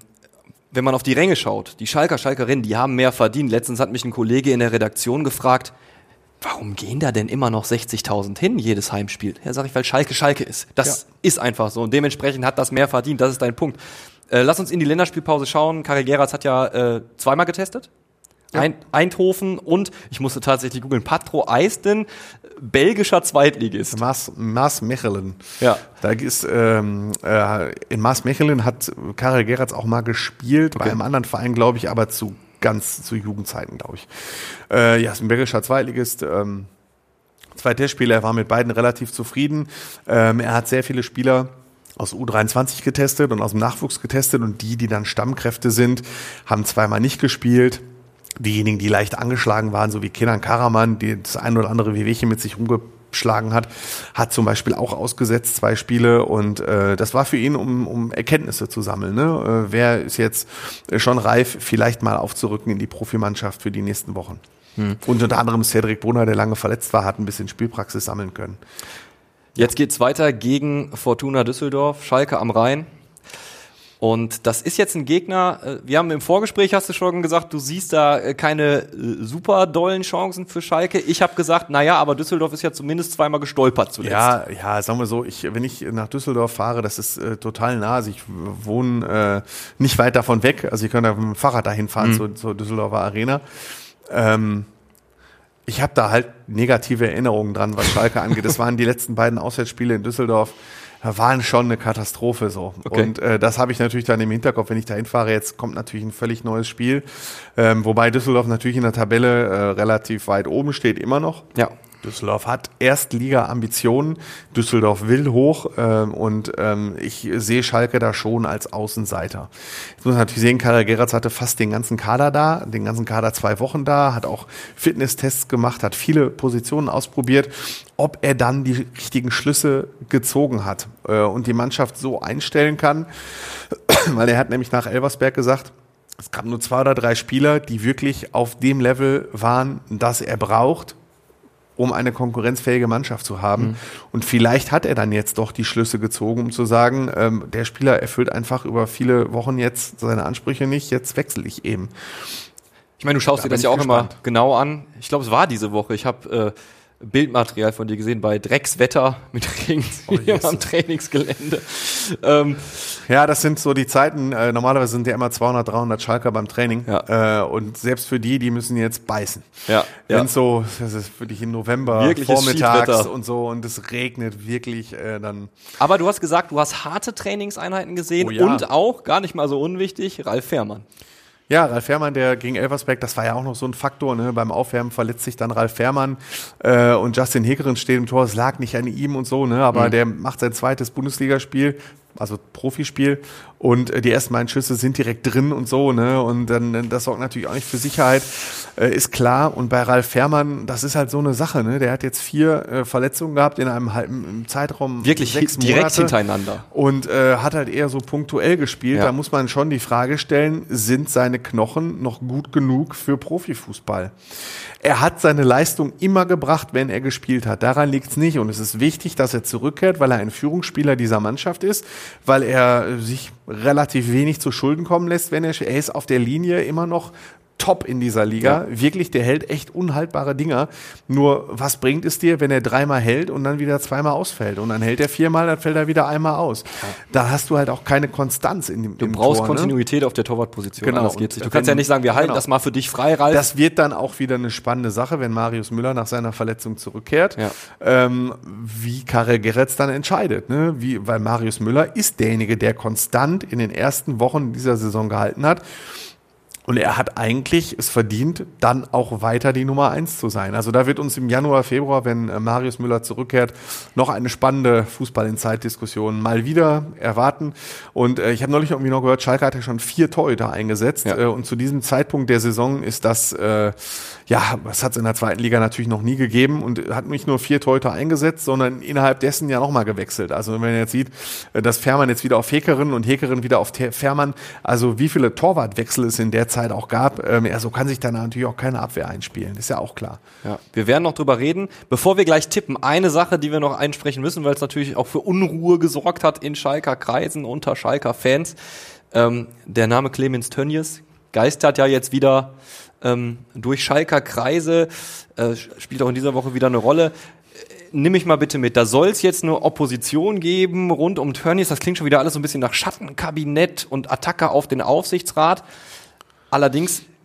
Wenn man auf die Ränge schaut, die Schalkerinnen, die haben mehr verdient. Letztens hat mich ein Kollege in der Redaktion gefragt, warum gehen da denn immer noch 60.000 hin, jedes Heimspiel? Ja, sag ich, weil Schalke ist. Das ist einfach so und dementsprechend hat das mehr verdient, das ist dein Punkt. Lass uns in die Länderspielpause schauen. Karel Geratz hat ja 2-mal getestet. Eindhoven und, ich musste tatsächlich googeln, Patro Eisten, belgischer Zweitligist. Maasmechelen. Ja. Da ist, in Maasmechelen hat Karel Gerrits auch mal gespielt, bei einem anderen Verein, glaube ich, aber zu Jugendzeiten, glaube ich. Ist ein belgischer Zweitligist, 2 Testspiele, er war mit beiden relativ zufrieden. Er hat sehr viele Spieler aus U23 getestet und aus dem Nachwuchs getestet und die dann Stammkräfte sind, haben 2-mal nicht gespielt. Diejenigen, die leicht angeschlagen waren, so wie Kenan Karaman, die das ein oder andere Wehwehchen mit sich rumgeschlagen hat zum Beispiel auch ausgesetzt 2 Spiele und das war für ihn, um Erkenntnisse zu sammeln. Ne? Wer ist jetzt schon reif, vielleicht mal aufzurücken in die Profimannschaft für die nächsten Wochen. Und unter anderem Cedric Brunner, der lange verletzt war, hat ein bisschen Spielpraxis sammeln können. Jetzt geht's weiter gegen Fortuna Düsseldorf, Schalke am Rhein. Und das ist jetzt ein Gegner, wir haben im Vorgespräch, hast du schon gesagt, du siehst da keine super dollen Chancen für Schalke. Ich habe gesagt, naja, aber Düsseldorf ist ja zumindest 2-mal gestolpert zuletzt. Ja, sagen wir so, wenn ich nach Düsseldorf fahre, das ist total nah. Also ich wohne nicht weit davon weg. Also ich kann da mit dem Fahrrad dahin fahren zur Düsseldorfer Arena. Ich habe da halt negative Erinnerungen dran, was Schalke angeht. Das waren die letzten beiden Auswärtsspiele in Düsseldorf. Waren schon eine Katastrophe so. Okay. Und das habe ich natürlich dann im Hinterkopf, wenn ich da hinfahre. Jetzt kommt natürlich ein völlig neues Spiel. Wobei Düsseldorf natürlich in der Tabelle relativ weit oben steht, immer noch. Ja. Düsseldorf hat Erstliga-Ambitionen. Düsseldorf will hoch und ich sehe Schalke da schon als Außenseiter. Jetzt muss man natürlich sehen, Karel Gerrits hatte fast den ganzen Kader 2 Wochen da, hat auch Fitnesstests gemacht, hat viele Positionen ausprobiert. Ob er dann die richtigen Schlüsse gezogen hat und die Mannschaft so einstellen kann, weil er hat nämlich nach Elversberg gesagt, es gab nur 2 oder 3 Spieler, die wirklich auf dem Level waren, das er braucht, um eine konkurrenzfähige Mannschaft zu haben. Und vielleicht hat er dann jetzt doch die Schlüsse gezogen, um zu sagen, der Spieler erfüllt einfach über viele Wochen jetzt seine Ansprüche nicht, jetzt wechsle ich eben. Ich meine, du schaust dir das ja auch immer genau an. Ich glaube, es war diese Woche. Ich habe Bildmaterial von dir gesehen bei Dreckswetter mit Regen am Trainingsgelände. Ja, das sind so die Zeiten. Normalerweise sind ja immer 200, 300 Schalker beim Training. Ja. Und selbst für die müssen jetzt beißen. Ja. Wenn so, das ist wirklich im November, wirkliches vormittags und so und es regnet wirklich dann. Aber du hast gesagt, du hast harte Trainingseinheiten gesehen und auch, gar nicht mal so unwichtig, Ralf Fährmann. Ja, Ralf Fährmann, der gegen Elversberg, das war ja auch noch so ein Faktor, ne? Beim Aufwärmen verletzt sich dann Ralf Fährmann und Justin Hekeren steht im Tor, es lag nicht an ihm und so, ne? Aber der macht sein 2. Bundesligaspiel, also Profispiel und die ersten 2 Schüsse sind direkt drin und so, ne? Und dann, das sorgt natürlich auch nicht für Sicherheit, ist klar. Und bei Ralf Fährmann, das ist halt so eine Sache, ne? Der hat jetzt 4 Verletzungen gehabt in einem halben Zeitraum, wirklich 6 Monate. Direkt hintereinander. Und hat halt eher so punktuell gespielt. Ja. Da muss man schon die Frage stellen, sind seine Knochen noch gut genug für Profifußball? Er hat seine Leistung immer gebracht, wenn er gespielt hat. Daran liegt's nicht. Und es ist wichtig, dass er zurückkehrt, weil er ein Führungsspieler dieser Mannschaft ist, weil er sich relativ wenig zu Schulden kommen lässt, wenn er ist auf der Linie immer noch top in dieser Liga. Ja. Wirklich, der hält echt unhaltbare Dinger. Nur, was bringt es dir, wenn er 3-mal hält und dann wieder 2-mal ausfällt? Und dann hält er 4-mal, dann fällt er wieder 1-mal aus. Ja. Da hast du halt auch keine Konstanz in dem Du brauchst Tor, Kontinuität, ne? Auf der Torwartposition. Genau. Anders geht's nicht. Du kannst ja nicht sagen, wir halten das mal für dich frei, Ralf. Das wird dann auch wieder eine spannende Sache, wenn Marius Müller nach seiner Verletzung zurückkehrt. Ja. Wie Karel Gerrits dann entscheidet. Ne? Weil Marius Müller ist derjenige, der konstant in den ersten Wochen dieser Saison gehalten hat. Und er hat eigentlich es verdient, dann auch weiter die Nummer 1 zu sein. Also da wird uns im Januar, Februar, wenn Marius Müller zurückkehrt, noch eine spannende Fußball-in-Zeit-Diskussion mal wieder erwarten. Und ich habe neulich irgendwie noch gehört, Schalke hat ja schon 4 Torhüter eingesetzt. Ja. Und zu diesem Zeitpunkt der Saison ist das, das hat es in der 2. Liga natürlich noch nie gegeben und hat nicht nur 4 Torhüter eingesetzt, sondern innerhalb dessen ja nochmal gewechselt. Also wenn man jetzt sieht, dass Fährmann jetzt wieder auf Hekeren und Hekeren wieder auf Fährmann, also wie viele Torwartwechsel es in der Zeit auch gab, so kann sich dann natürlich auch keine Abwehr einspielen, ist ja auch klar. Ja, wir werden noch drüber reden. Bevor wir gleich tippen, eine Sache, die wir noch einsprechen müssen, weil es natürlich auch für Unruhe gesorgt hat in Schalker Kreisen, unter Schalker Fans. Der Name Clemens Tönnies geistert ja jetzt wieder durch Schalker Kreise, spielt auch in dieser Woche wieder eine Rolle. Nimm mich mal bitte mit. Da soll es jetzt eine Opposition geben rund um Tönnies. Das klingt schon wieder alles so ein bisschen nach Schattenkabinett und Attacke auf den Aufsichtsrat. Allerdings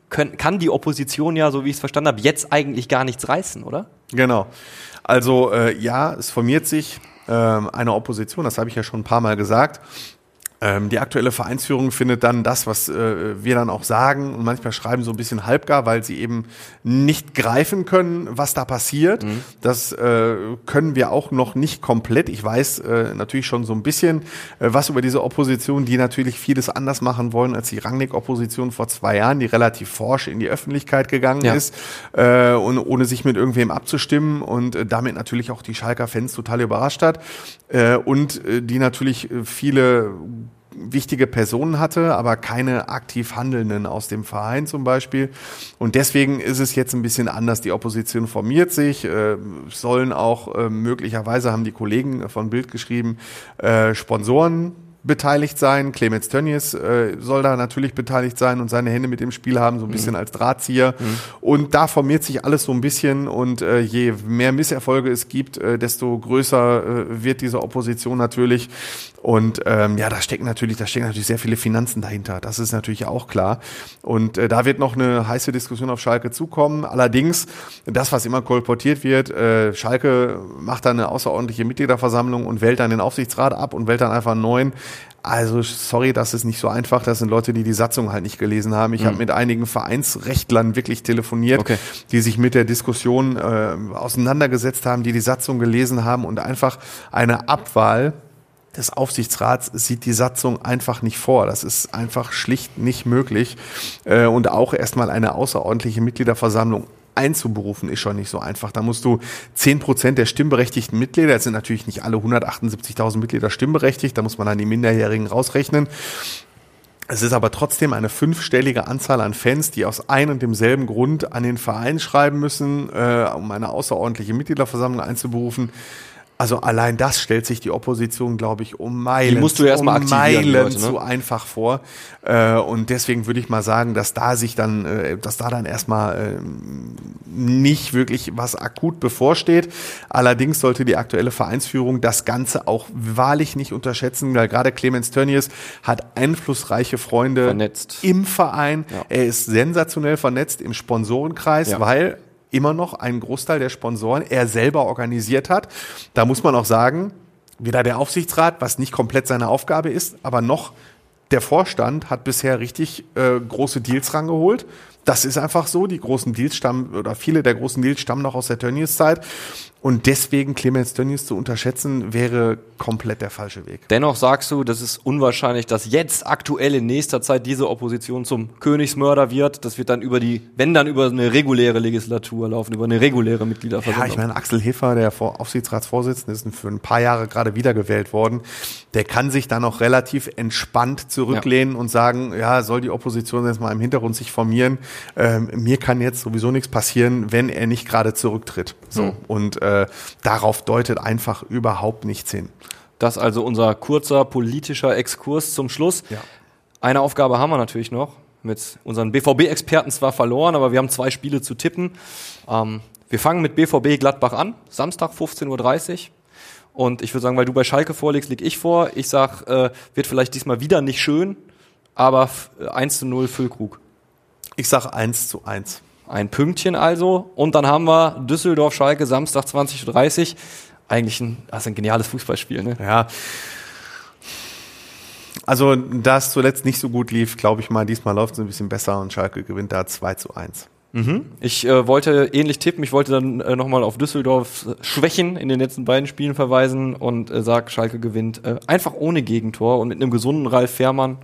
kann die Opposition ja, so wie ich es verstanden habe, jetzt eigentlich gar nichts reißen, oder? Genau. Also es formiert sich eine Opposition, das habe ich ja schon ein paar Mal gesagt. Die aktuelle Vereinsführung findet dann das, was wir dann auch sagen und manchmal schreiben so ein bisschen halbgar, weil sie eben nicht greifen können, was da passiert. Das können wir auch noch nicht komplett. Ich weiß natürlich schon so ein bisschen was über diese Opposition, die natürlich vieles anders machen wollen als die Rangnick-Opposition vor 2 Jahren, die relativ forsch in die Öffentlichkeit gegangen ist und ohne sich mit irgendwem abzustimmen und damit natürlich auch die Schalker Fans total überrascht hat und die natürlich viele wichtige Personen hatte, aber keine aktiv Handelnden aus dem Verein zum Beispiel. Und deswegen ist es jetzt ein bisschen anders. Die Opposition formiert sich, sollen auch möglicherweise, haben die Kollegen von Bild geschrieben, Sponsoren beteiligt sein. Clemens Tönnies soll da natürlich beteiligt sein und seine Hände mit dem Spiel haben, so ein bisschen als Drahtzieher. Und da formiert sich alles so ein bisschen und je mehr Misserfolge es gibt, desto größer wird diese Opposition natürlich. Und da stecken natürlich sehr viele Finanzen dahinter. Das ist natürlich auch klar. Und da wird noch eine heiße Diskussion auf Schalke zukommen. Allerdings, das, was immer kolportiert wird, Schalke macht dann eine außerordentliche Mitgliederversammlung und wählt dann den Aufsichtsrat ab und wählt dann einfach einen neuen. Also sorry, das ist nicht so einfach. Das sind Leute, die die Satzung halt nicht gelesen haben. Ich habe mit einigen Vereinsrechtlern wirklich telefoniert, die sich mit der Diskussion auseinandergesetzt haben, die Satzung gelesen haben und einfach eine Abwahl des Aufsichtsrats sieht die Satzung einfach nicht vor. Das ist einfach schlicht nicht möglich. Und auch erstmal eine außerordentliche Mitgliederversammlung einzuberufen, ist schon nicht so einfach. Da musst du 10% der stimmberechtigten Mitglieder, jetzt sind natürlich nicht alle 178.000 Mitglieder stimmberechtigt, da muss man dann die Minderjährigen rausrechnen. Es ist aber trotzdem eine 5-stellige Anzahl an Fans, die aus einem und demselben Grund an den Verein schreiben müssen, um eine außerordentliche Mitgliederversammlung einzuberufen. Also allein das stellt sich die Opposition, glaube ich, um Meilen zu einfach vor. Und deswegen würde ich mal sagen, dass da dann erstmal nicht wirklich was akut bevorsteht. Allerdings sollte die aktuelle Vereinsführung das Ganze auch wahrlich nicht unterschätzen, weil gerade Clemens Tönnies hat einflussreiche Freunde vernetzt im Verein. Ja. Er ist sensationell vernetzt im Sponsorenkreis, weil immer noch einen Großteil der Sponsoren er selber organisiert hat. Da muss man auch sagen, weder der Aufsichtsrat, was nicht komplett seine Aufgabe ist, aber noch der Vorstand hat bisher richtig große Deals rangeholt. Das ist einfach so. Die großen Deals viele der großen Deals stammen noch aus der Tönnies-Zeit. Und deswegen Clemens Tönnies zu unterschätzen, wäre komplett der falsche Weg. Dennoch sagst du, das ist unwahrscheinlich, dass jetzt aktuell in nächster Zeit diese Opposition zum Königsmörder wird. Das wird dann über eine reguläre Legislatur laufen, über eine reguläre Mitgliederversammlung. Ja, ich meine, Axel Hefer, der Aufsichtsratsvorsitzende, ist für ein paar Jahre gerade wiedergewählt worden. Der kann sich da noch relativ entspannt zurücklehnen und sagen, soll die Opposition jetzt mal im Hintergrund sich formieren. Mir kann jetzt sowieso nichts passieren, wenn er nicht gerade zurücktritt. Und darauf deutet einfach überhaupt nichts hin. Das also unser kurzer politischer Exkurs zum Schluss. Ja. Eine Aufgabe haben wir natürlich noch. Mit unseren BVB-Experten zwar verloren, aber wir haben 2 Spiele zu tippen. Wir fangen mit BVB Gladbach an, Samstag 15:30 Uhr. Und ich würde sagen, weil du bei Schalke vorlegst, lieg ich vor. Ich sag, wird vielleicht diesmal wieder nicht schön, aber 1:0 Füllkrug. Ich sag 1:1. Ein Pünktchen also. Und dann haben wir Düsseldorf-Schalke, Samstag 20:30 Uhr. Eigentlich ein geniales Fußballspiel, ne? Ja. Also, da es zuletzt nicht so gut lief, glaube ich mal, diesmal läuft es ein bisschen besser und Schalke gewinnt da 2:1. Ich wollte ähnlich tippen. Ich wollte dann nochmal auf Düsseldorf Schwächen in den letzten beiden Spielen verweisen und sag, Schalke gewinnt einfach ohne Gegentor und mit einem gesunden Ralf Fährmann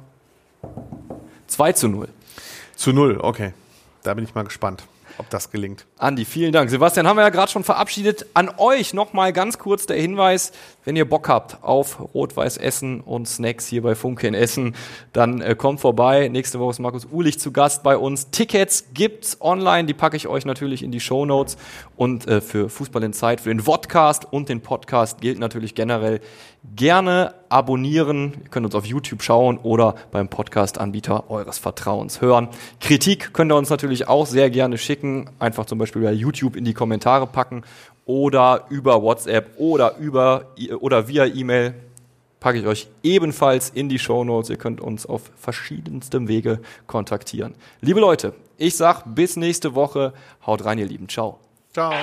2:0. 2:0, okay. Da bin ich mal gespannt, ob das gelingt. Andi, vielen Dank. Sebastian, haben wir ja gerade schon verabschiedet. An euch nochmal ganz kurz der Hinweis, wenn ihr Bock habt auf Rot-Weiß Essen und Snacks hier bei Funke in Essen, dann kommt vorbei. Nächste Woche ist Markus Uhlich zu Gast bei uns. Tickets gibt's online, die packe ich euch natürlich in die Shownotes. Und für Fußball in Zeit, für den Vodcast und den Podcast gilt natürlich generell gerne abonnieren. Ihr könnt uns auf YouTube schauen oder beim Podcast-Anbieter eures Vertrauens hören. Kritik könnt ihr uns natürlich auch sehr gerne schicken. Einfach zum Beispiel bei YouTube in die Kommentare packen oder über WhatsApp oder via E-Mail packe ich euch ebenfalls in die Shownotes. Ihr könnt uns auf verschiedenstem Wege kontaktieren. Liebe Leute, ich sag bis nächste Woche. Haut rein, ihr Lieben. Ciao. Ciao.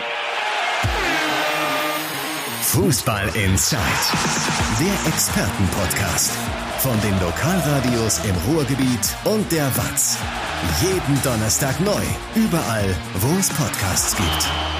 Fußball Inside, der Expertenpodcast von den Lokalradios im Ruhrgebiet und der WAZ. Jeden Donnerstag neu, überall, wo es Podcasts gibt.